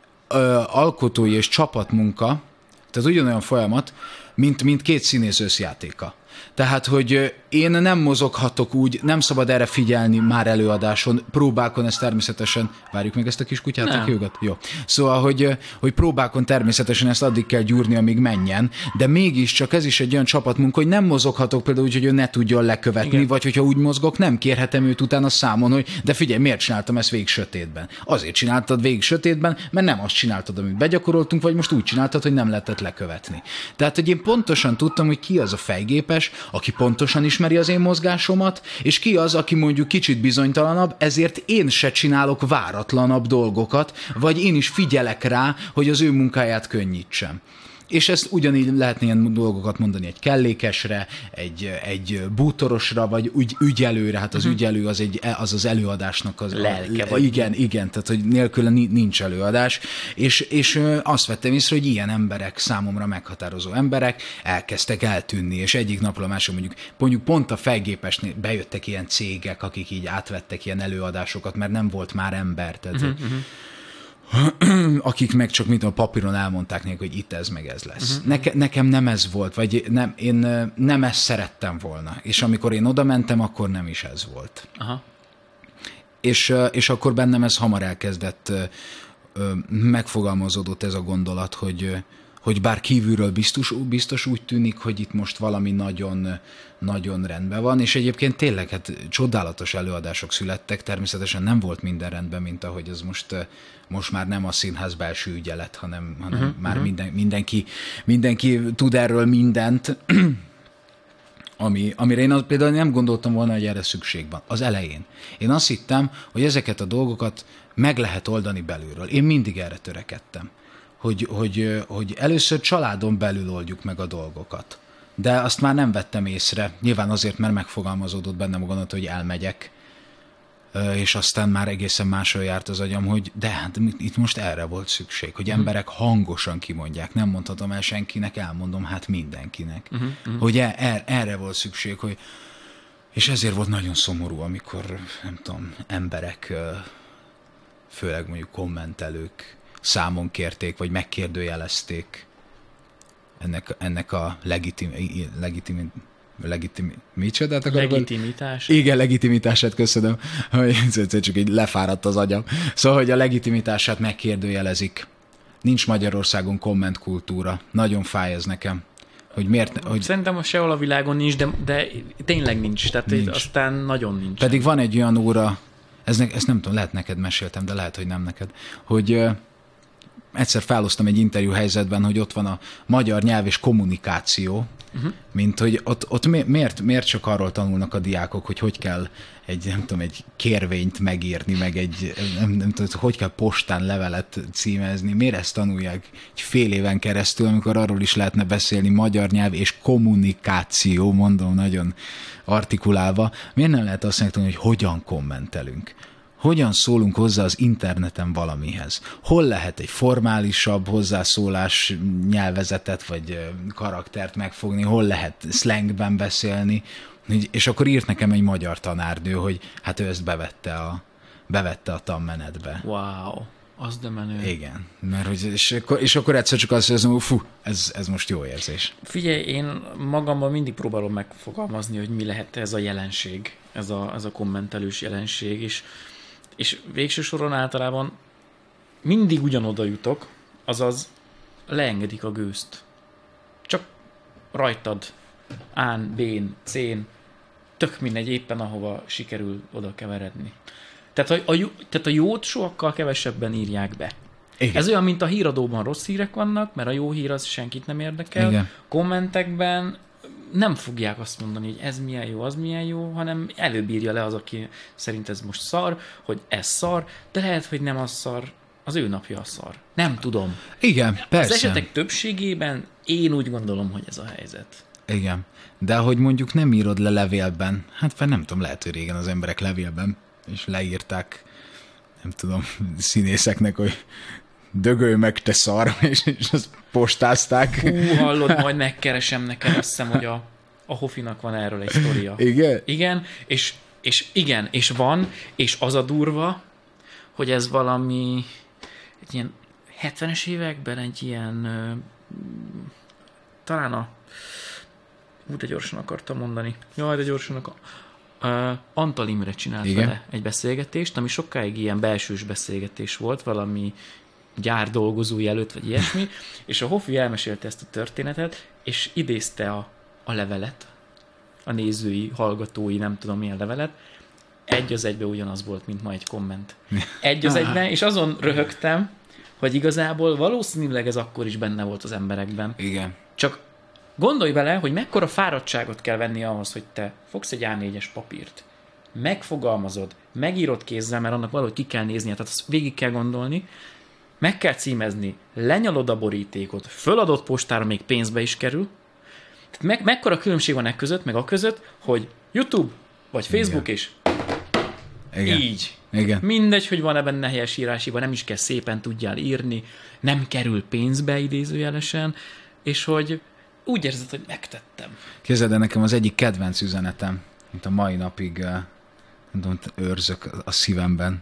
ö, alkotói és csapatmunka, tehát ugyanolyan folyamat, mint, mint két színész összjátéka. Tehát, hogy én nem mozoghatok úgy, nem szabad erre figyelni már előadáson, próbákon ez természetesen, várjuk meg ezt a kis kutyát, aki jogat? Jó. Szóval, hogy, hogy próbákon természetesen ezt addig kell gyúrni, amíg menjen, de mégiscsak ez is egy olyan csapatmunka, hogy nem mozoghatok például úgy, hogy ő ne tudjon lekövetni, igen. Vagy hogyha úgy mozgok, nem kérhetem őt utána számon, hogy de figyelj, miért csináltam ezt végig sötétben? Azért csináltad végig sötétben, mert nem azt csináltad, amit begyakoroltunk, vagy most úgy csináltad, hogy nem lehetett lekövetni. Tehát, hogy én pontosan tudtam, hogy ki az a fejgépes, aki pontosan ismeri az én mozgásomat, és ki az, aki mondjuk kicsit bizonytalanabb, ezért én se csinálok váratlanabb dolgokat, vagy én is figyelek rá, hogy az ő munkáját könnyítsem. És ezt ugyanígy lehetne ilyen dolgokat mondani egy kellékesre, egy, egy bútorosra, vagy ügy, ügyelőre, hát az uh-huh. ügyelő az, egy, az az előadásnak az lelke. A, igen, igen, tehát hogy nélküle nincs előadás, és, és azt vettem észre, hogy ilyen emberek, számomra meghatározó emberek elkezdtek eltűnni, és egyik napról a másik mondjuk, mondjuk pont a fejgépesnél bejöttek ilyen cégek, akik így átvettek ilyen előadásokat, mert nem volt már ember, tehát uh-huh, uh-huh. akik meg csak mint a papíron elmondták nekik, hogy itt ez meg ez lesz. Uh-huh. Neke, nekem nem ez volt, vagy nem, én nem ezt szerettem volna. És amikor én oda mentem, akkor nem is ez volt. Aha. És, és akkor bennem ez hamar elkezdett, megfogalmazódott ez a gondolat, hogy, hogy bár kívülről biztos, biztos úgy tűnik, hogy itt most valami nagyon, nagyon rendben van, és egyébként tényleg hát csodálatos előadások születtek, természetesen nem volt minden rendben, mint ahogy ez most, most már nem a színház belső ügyelet, hanem, hanem uh-huh, már uh-huh. Minden, mindenki, mindenki tud erről mindent, ami, amire én például nem gondoltam volna, hogy erre szükség van. Az elején. Én azt hittem, hogy ezeket a dolgokat meg lehet oldani belülről. Én mindig erre törekedtem. Hogy, hogy, hogy először családon belül oldjuk meg a dolgokat. De azt már nem vettem észre, nyilván azért, mert megfogalmazódott bennem a gondolat, hogy elmegyek, és aztán már egészen máshol járt az agyam, hogy de hát itt most erre volt szükség, hogy emberek hangosan kimondják, nem mondhatom el senkinek, elmondom hát mindenkinek, uh-huh, uh-huh. hogy er, erre volt szükség, hogy és ezért volt nagyon szomorú, amikor nem tudom, emberek, főleg mondjuk kommentelők számon kérték, vagy megkérdőjelezték ennek, ennek a legitim, legitim, legitim, micsodát akarok? Legitimitás. Igen, legitimitását köszönöm, hogy csak így lefáradt az agyam. Szóval, hogy a legitimitását megkérdőjelezik. Nincs Magyarországon kommentkultúra. Nagyon fáj ez nekem. Hogy miért, hogy... Szerintem sehol a világon nincs, de, de tényleg nincs. Tehát nincs. Aztán nagyon nincs. Pedig van egy olyan óra, ez ne, ezt nem tudom, lehet neked meséltem, de lehet, hogy nem neked, hogy uh, egyszer felosztam egy interjú helyzetben, hogy ott van a magyar nyelv és kommunikáció, uh-huh. mint hogy ott, ott mi, miért, miért csak arról tanulnak a diákok, hogy hogy kell egy, nem tudom, egy kérvényt megírni, meg egy, nem, nem tudom, hogy kell postán levelet címezni, miért ezt tanulják egy fél éven keresztül, amikor arról is lehetne beszélni magyar nyelv és kommunikáció, mondom nagyon artikulálva, miért nem lehet azt mondani, hogy hogyan kommentelünk? Hogyan szólunk hozzá az interneten valamihez? Hol lehet egy formálisabb hozzászólás nyelvezetet vagy karaktert megfogni? Hol lehet slangben beszélni? És akkor írt nekem egy magyar tanárnő, hogy hát ő ezt bevette a, bevette a tanmenetbe. Wow, az de menő. Igen, mert hogy, és, akkor, és akkor egyszer csak azt mondom, fú, ez, ez most jó érzés. Figyelj, én magamban mindig próbálom megfogalmazni, hogy mi lehet ez a jelenség, ez a, ez a kommentelős jelenség, és És végső soron általában mindig ugyanoda jutok, azaz leengedik a gőzt. Csak rajtad, án, bén, cén, tök mindegy éppen, ahova sikerül oda keveredni. Tehát a, a, tehát a jót sokkal kevesebben írják be. Igen. Ez olyan, mint a híradóban rossz hírek vannak, mert a jó hír az senkit nem érdekel. Igen. Kommentekben nem fogják azt mondani, hogy ez milyen jó, az milyen jó, hanem előbb írja le az, aki szerint ez most szar, hogy ez szar, de lehet, hogy nem az szar, az ő napja a szar. Nem tudom. Igen, persze. Az esetek többségében én úgy gondolom, hogy ez a helyzet. Igen. De hogy mondjuk nem írod le levélben, hát fel nem tudom, lehet, hogy régen az emberek levélben, és leírták, nem tudom, színészeknek, hogy dögölj meg, te szar, és, és azt postázták. Hú, hallod, majd megkeresem neked, azt hiszem, hogy a, a Hofinak van erről egy sztoria. Igen? Igen, és, és igen, és van, és az a durva, hogy ez valami egy ilyen hetvenes években egy ilyen talán a Hú, de gyorsan akartam mondani. Jaj, de gyorsan akartam. Uh, Antal Imre csinált Igen. vele egy beszélgetést, ami sokáig ilyen belsős beszélgetés volt, valami gyárdolgozói előtt, vagy ilyesmi, és a Hofi elmesélte ezt a történetet, és idézte a, a levelet, a nézői, hallgatói, nem tudom milyen levelet, egy az egybe ugyanaz volt, mint ma egy komment. Egy az egyben, és azon röhögtem, hogy igazából valószínűleg ez akkor is benne volt az emberekben. Igen. Csak gondolj bele, hogy mekkora fáradtságot kell venni ahhoz, hogy te fogsz egy á négyes papírt, megfogalmazod, megírod kézzel, mert annak valahogy ki kell néznie, tehát azt végig kell gondolni, meg kell címezni, lenyalod a borítékot, föladott postára, még pénzbe is kerül. Tehát me- mekkora különbség van e között, meg a között, hogy YouTube vagy Facebook is. Igen. Így. Igen. Mindegy, hogy van-e benne helyes írásíban, nem is kell szépen tudjál írni, nem kerül pénzbe idézőjelesen, és hogy úgy érzed, hogy megtettem. Képzeld, de nekem az egyik kedvenc üzenetem, mint a mai napig nem tudom, őrzök a szívemben.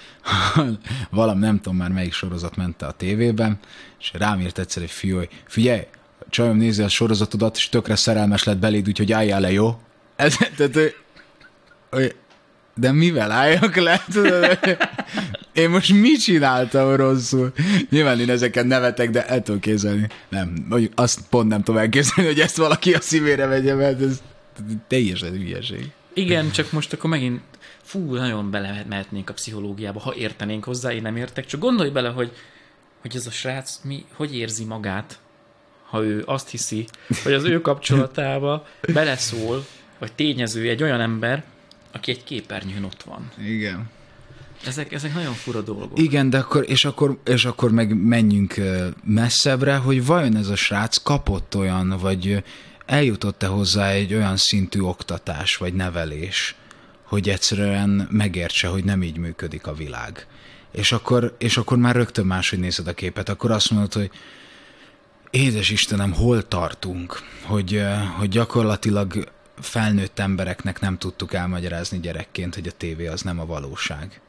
Valami, nem tudom már melyik sorozat ment a tévében, és rám írt egyszer egy fiú, hogy figyelj, csajom nézi a sorozatodat, és tökre szerelmes lett beléd, úgyhogy álljál le, jó? Ez, tehát, hogy, de mivel álljak le? Tudod, én most mit csináltam rosszul? Nyilván én ezeket nevetek, de el tudom képzelni. Nem, azt pont nem tudom elképzelni, hogy ezt valaki a szívére vegye, mert ez teljesen hülyeség. Igen, csak most akkor megint fú, nagyon belemehetnénk a pszichológiába, ha értenénk hozzá, én nem értek. Csak gondolj bele, hogy, hogy ez a srác mi, hogy érzi magát, ha ő azt hiszi, hogy az ő kapcsolatába beleszól, vagy tényező egy olyan ember, aki egy képernyőn ott van. Igen. Ezek, ezek nagyon fura dolgok. Igen, de akkor, és akkor, és akkor meg menjünk messzebbre, hogy vajon ez a srác kapott olyan, vagy eljutott-e hozzá egy olyan szintű oktatás, vagy nevelés, hogy egyszerűen megértse, hogy nem így működik a világ. És akkor, és akkor már rögtön máshogy nézed a képet. Akkor azt mondod, hogy édes Istenem, hol tartunk? Hogy, hogy gyakorlatilag felnőtt embereknek nem tudtuk elmagyarázni gyerekként, hogy a tévé az nem a valóság.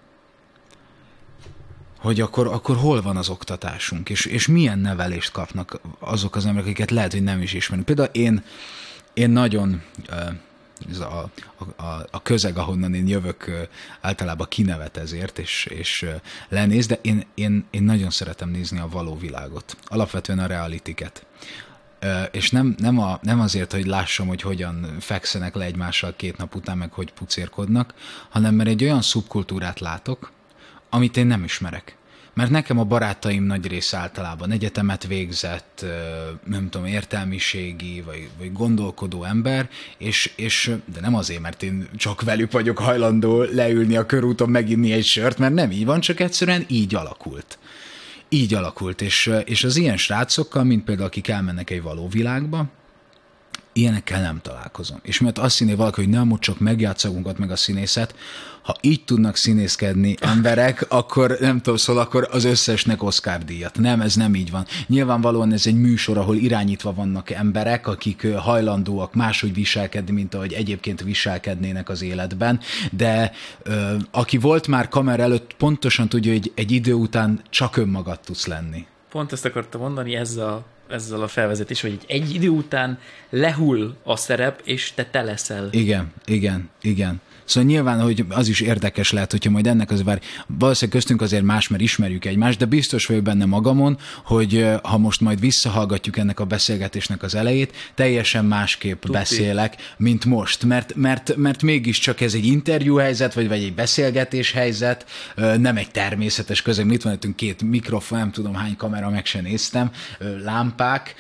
Hogy akkor, akkor hol van az oktatásunk, és, és milyen nevelést kapnak azok az emberek, akiket lehet, hogy nem is ismerünk. Például én, én nagyon, ez a, a, a közeg, ahonnan én jövök, általában kinevet ezért, és, és lenéz, de én, én, én nagyon szeretem nézni a való világot, alapvetően a realitiket. És nem, nem, a, nem azért, hogy lássam, hogy hogyan fekszenek le egymással két nap után, meg hogy pucérkodnak, hanem mert egy olyan szubkultúrát látok, amit én nem ismerek. Mert nekem a barátaim nagy része általában egyetemet végzett, nem tudom, értelmiségi, vagy, vagy gondolkodó ember, és, és, de nem azért, mert én csak velük vagyok hajlandó leülni a körúton, meginni egy sört, mert nem így van, csak egyszerűen így alakult. Így alakult, és, és az ilyen srácokkal, mint például akik elmennek egy való világba, ilyenekkel nem találkozom. És miatt azt hinné valaki, hogy nem, ott csak megjátszagunkat meg a színészet, ha így tudnak színészkedni emberek, akkor nem tudom, szóval akkor az összesnek Oscar-díjat. Nem, ez nem így van. Nyilvánvalóan ez egy műsor, ahol irányítva vannak emberek, akik hajlandóak máshogy viselkedni, mint ahogy egyébként viselkednének az életben, de ö, aki volt már kamera előtt, pontosan tudja, hogy egy idő után csak önmagad tudsz lenni. Pont ezt akartam mondani, ez a ezzel a felvezetés, hogy egy idő után lehull a szerep, és te te leszel. Igen, igen, igen. Szóval nyilván, hogy az is érdekes lehet, hogyha majd ennek az vár, valószínűleg köztünk azért más, mert ismerjük egymást, de biztos vagyok benne magamon, hogy ha most majd visszahallgatjuk ennek a beszélgetésnek az elejét, teljesen másképp Tuti. beszélek, mint most, mert, mert, mert mégiscsak ez egy interjúhelyzet, vagy, vagy egy beszélgetés helyzet, nem egy természetes közeg, mit van itt két mikrofon, nem tudom hány kamera, meg se néztem, lámpák,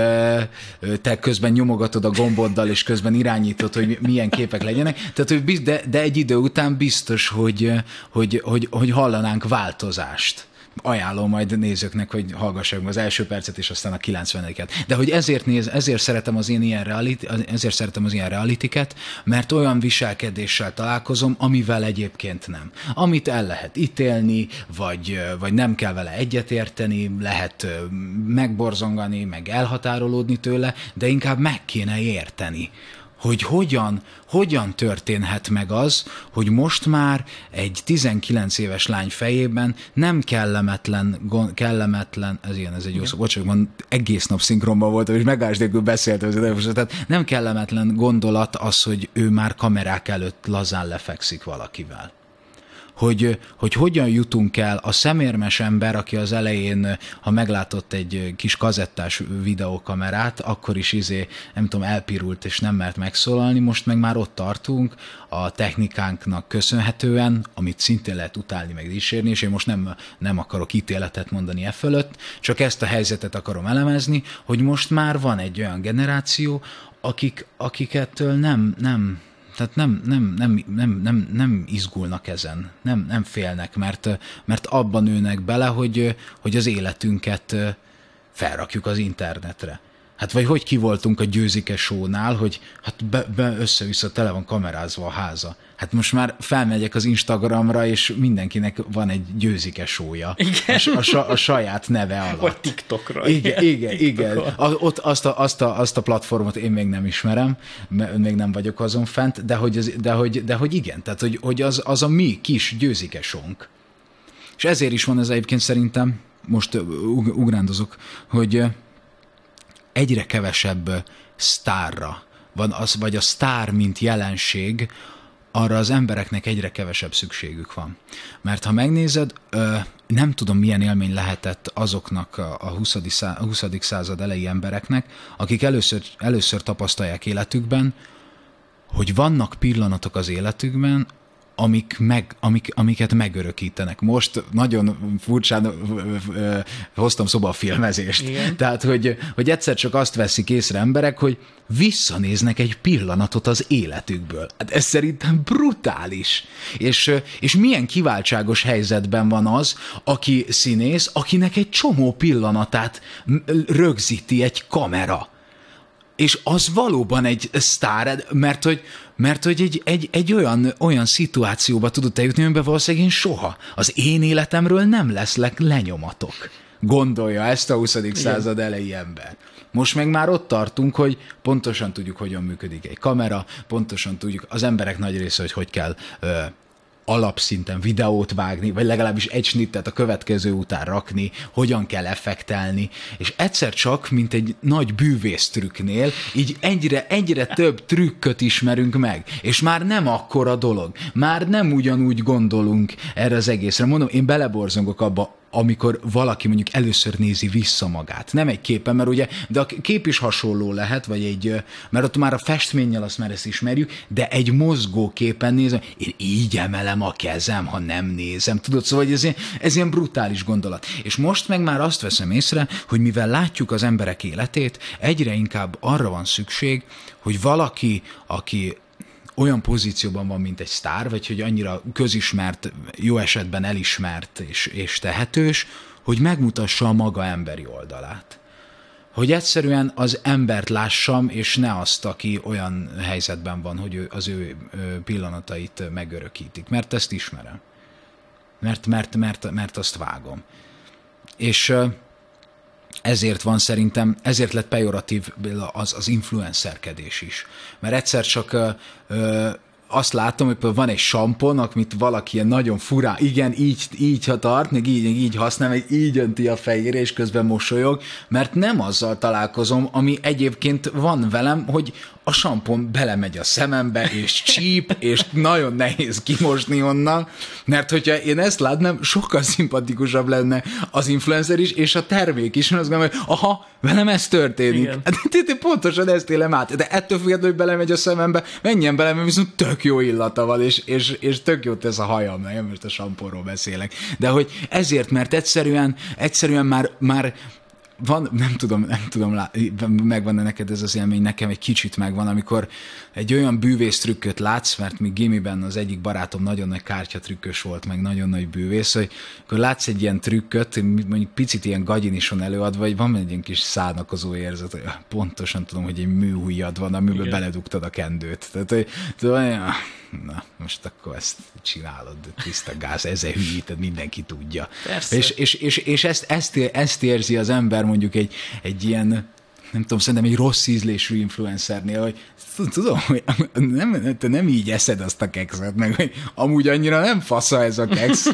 te közben nyomogatod a gomboddal, és közben irányítod, hogy milyen képek legyenek, tehát, hogy de De egy idő után biztos, hogy, hogy, hogy, hogy hallanánk változást. Ajánlom majd nézőknek, hogy hallgassák meg az első percet, és aztán a kilencvenediket. De hogy ezért, néz, ezért, szeretem az én ilyen reality, ezért szeretem az ilyen realitiket, mert olyan viselkedéssel találkozom, amivel egyébként nem. Amit el lehet ítélni, vagy, vagy nem kell vele egyetérteni, lehet megborzongani, meg elhatárolódni tőle, de inkább meg kéne érteni, hogy hogyan, hogyan történhet meg az, hogy most már egy tizenkilenc éves lány fejében nem kellemetlen, kellemetlen, ez ilyen, ez egy jó szó, bocsánat, egész nap szinkronban voltam, és megállás nélkül beszéltem, tehát nem kellemetlen gondolat az, hogy ő már kamerák előtt lazán lefekszik valakivel. Hogy, hogy hogyan jutunk el a szemérmes ember, aki az elején, ha meglátott egy kis kazettás videókamerát, akkor is izé, nem tudom, elpirult és nem mert megszólalni, most meg már ott tartunk a technikánknak köszönhetően, amit szintén lehet utálni, meg dísérni, és én most nem, nem akarok ítéletet mondani e fölött, csak ezt a helyzetet akarom elemezni, hogy most már van egy olyan generáció, akik, akik ettől nem, nem Tehát nem, nem, nem, nem, nem, nem izgulnak ezen, nem, nem félnek, mert, mert abban nőnek bele, hogy, hogy az életünket felrakjuk az internetre. Hát vagy hogy ki voltunk a Győzike shownál, hogy hát be, be össze-vissza tele van kamerázva a háza. Hát most már felmegyek az Instagramra, és mindenkinek van egy Győzike showja. A, a, a saját neve alatt. Vagy TikTokra. Igen, igen, igen. A, ott azt a, azt, a, azt a platformot én még nem ismerem, még nem vagyok azon fent, de hogy, az, de hogy, de hogy igen, tehát hogy, hogy az, az a mi kis Győzike shownk. És ezért is van ez egyébként szerintem, most ugrándozok, hogy egyre kevesebb sztárra van az, vagy a sztár, mint jelenség, arra az embereknek egyre kevesebb szükségük van. Mert ha megnézed, nem tudom, milyen élmény lehetett azoknak a huszadik század elejé embereknek, akik először, először tapasztalják életükben, hogy vannak pillanatok az életükben, amik meg, amik, amiket megörökítenek. Most nagyon furcsán ö, ö, hoztam szóba a filmezést. Igen. Tehát, hogy, hogy egyszer csak azt veszik észre emberek, hogy visszanéznek egy pillanatot az életükből. Hát ez szerintem brutális. És, és milyen kiváltságos helyzetben van az, aki színész, akinek egy csomó pillanatát rögzíti egy kamera. És az valóban egy sztár, mert hogy, mert hogy egy, egy, egy olyan, olyan szituációba tudott eljutni, amiben valószínűleg én soha. Az én életemről nem lesznek lenyomatok. Gondolja ezt a huszadik század elejé ember. Most meg már ott tartunk, hogy pontosan tudjuk, hogyan működik egy kamera, pontosan tudjuk az emberek nagy része, hogy hogy kell ö, alapszinten videót vágni, vagy legalábbis egy snittet a következő után rakni, hogyan kell effektelni, és egyszer csak, mint egy nagy bűvész trükknél, így egyre, egyre több trükköt ismerünk meg, és már nem akkora dolog, már nem ugyanúgy gondolunk erre az egészre. Mondom, én beleborzongok abba, amikor valaki mondjuk először nézi vissza magát. Nem egy képen, mert ugye, de a kép is hasonló lehet, vagy egy, mert ott már a festménnyel azt már ezt ismerjük, de egy mozgó képen nézem, én így emelem a kezem, ha nem nézem. Tudod, szóval ez ilyen, ez ilyen brutális gondolat. És most meg már azt veszem észre, hogy mivel látjuk az emberek életét, egyre inkább arra van szükség, hogy valaki, aki olyan pozícióban van, mint egy sztár, vagy hogy annyira közismert, jó esetben elismert és, és tehetős, hogy megmutassa a maga emberi oldalát. Hogy egyszerűen az embert lássam, és ne azt, aki olyan helyzetben van, hogy az ő pillanatait megörökítik. Mert ezt ismerem. Mert, mert, mert, mert azt vágom. És ezért van szerintem, ezért lett pejoratív az, az influencerkedés is. Mert egyszer csak ö, ö, azt látom, hogy például van egy sampon, amit valaki ilyen nagyon furán, igen, így, így ha tart, meg így, így használ, meg így önti a fejére, és közben mosolyog, mert nem azzal találkozom, ami egyébként van velem, hogy a sampon belemegy a szemembe, és csíp, és nagyon nehéz kimosni onnan, mert hogyha én ezt látnám, sokkal szimpatikusabb lenne az influencer is, és a termék is, mert azt gondolom, hogy aha, velem ez történik. Hát, pontosan ezt élem át, de ettől függetlenül, hogy belemegy a szemembe, menjen bele, mert viszont tök jó illata van, és, és, és tök jó tesz a hajam, nem most a samponról beszélek. De hogy ezért, mert egyszerűen, egyszerűen már, már van, nem tudom, nem tudom, megvan-e neked ez az élmény, nekem egy kicsit megvan, amikor egy olyan bűvész trükköt látsz, mert még gimiben az egyik barátom nagyon nagy kártyatrükkös volt, meg nagyon nagy bűvész, hogy akkor látsz egy ilyen trükköt, mondjuk picit ilyen gagyinison előadva, vagy van egy ilyen kis szánakozó érzet, hogy pontosan tudom, hogy egy műhujjad van, amiből igen, beledugtad a kendőt. Tehát, hogy na, most akkor ezt csinálod, tiszta gáz, ezzel hülyíted, mindenki tudja. Persze. És, és, és, és ezt, ezt, ezt érzi az ember mondjuk egy, egy ilyen, nem tudom, szerintem egy rossz ízlésű influencernél, hogy tudom, hogy nem, te nem így eszed azt a kekszet, meg hogy amúgy annyira nem fasza ez a keksz.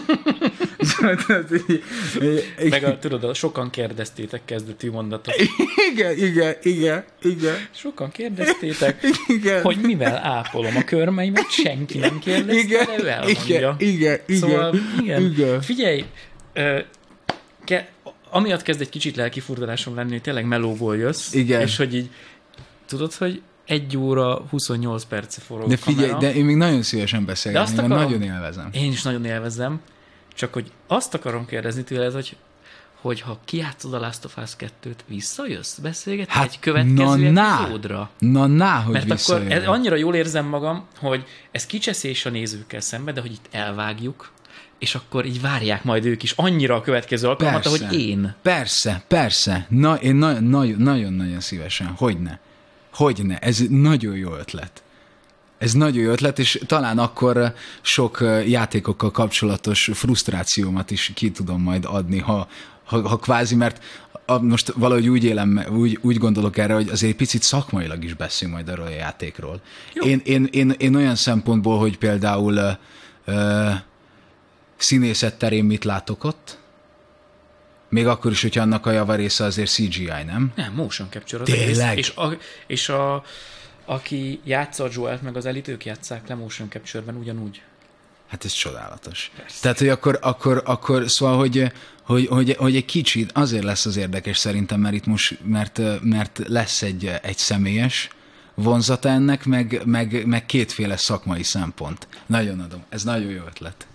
Meg a, tudod, sokan kérdeztétek kezdetű mondatot. Igen, igen, igen, igen. Sokan kérdeztétek, igen, hogy mivel ápolom a körmeimet, senki nem kérdezte, igen, de ő elmondja. Igen, igen, szóval, igen, igen. igen. Figyelj, ö, ke, amiatt kezd egy kicsit lelkifurdalásom lenni, hogy tényleg melóból jössz, igen, és hogy így, tudod, hogy egy óra huszonnyolc perce forog de a kamera. figyelj, de én még nagyon szívesen beszélgetni, mert nagyon élvezem. Én is nagyon élvezem, csak hogy azt akarom kérdezni tőled, hogy, hogy ha kijátszod a Last of Us kettőt, visszajössz beszélgetni hát, egy következő na, epizódra? Na, na, hogy mert visszajön. akkor ez, annyira jól érzem magam, hogy ez kicseszés a nézőkkel szembe, de hogy itt elvágjuk, és akkor így várják majd ők is annyira a következő alkalmat, persze, ahogy én. Persze, persze. Na, én nagyon-nagyon szívesen. Hogyne? Hogyne? Ez nagyon jó ötlet. Ez nagyon jó ötlet, és talán akkor sok játékokkal kapcsolatos frusztrációmat is ki tudom majd adni, ha, ha, ha kvázi, mert a, most valahogy úgy élem, úgy, úgy gondolok erre, hogy azért picit szakmailag is beszélünk majd arról a játékról. Én, én, én, én olyan szempontból, hogy például uh, színészet terén mit látok ott, még akkor is, hogyha annak a javarésze azért cé gé í, nem? Nem, motion capture az tényleg? Egész, és, a, és a, aki játsza a Joelt, meg az Ellie, ők játsszák le motion capture-ben ugyanúgy. Hát ez csodálatos. Persze. Tehát, hogy akkor, akkor, akkor szóval, hogy, hogy, hogy, hogy egy kicsit azért lesz az érdekes szerintem, mert itt most, mert, mert lesz egy, egy személyes vonzata ennek, meg, meg, meg kétféle szakmai szempont. Nagyon adom. Ez nagyon jó ötlet.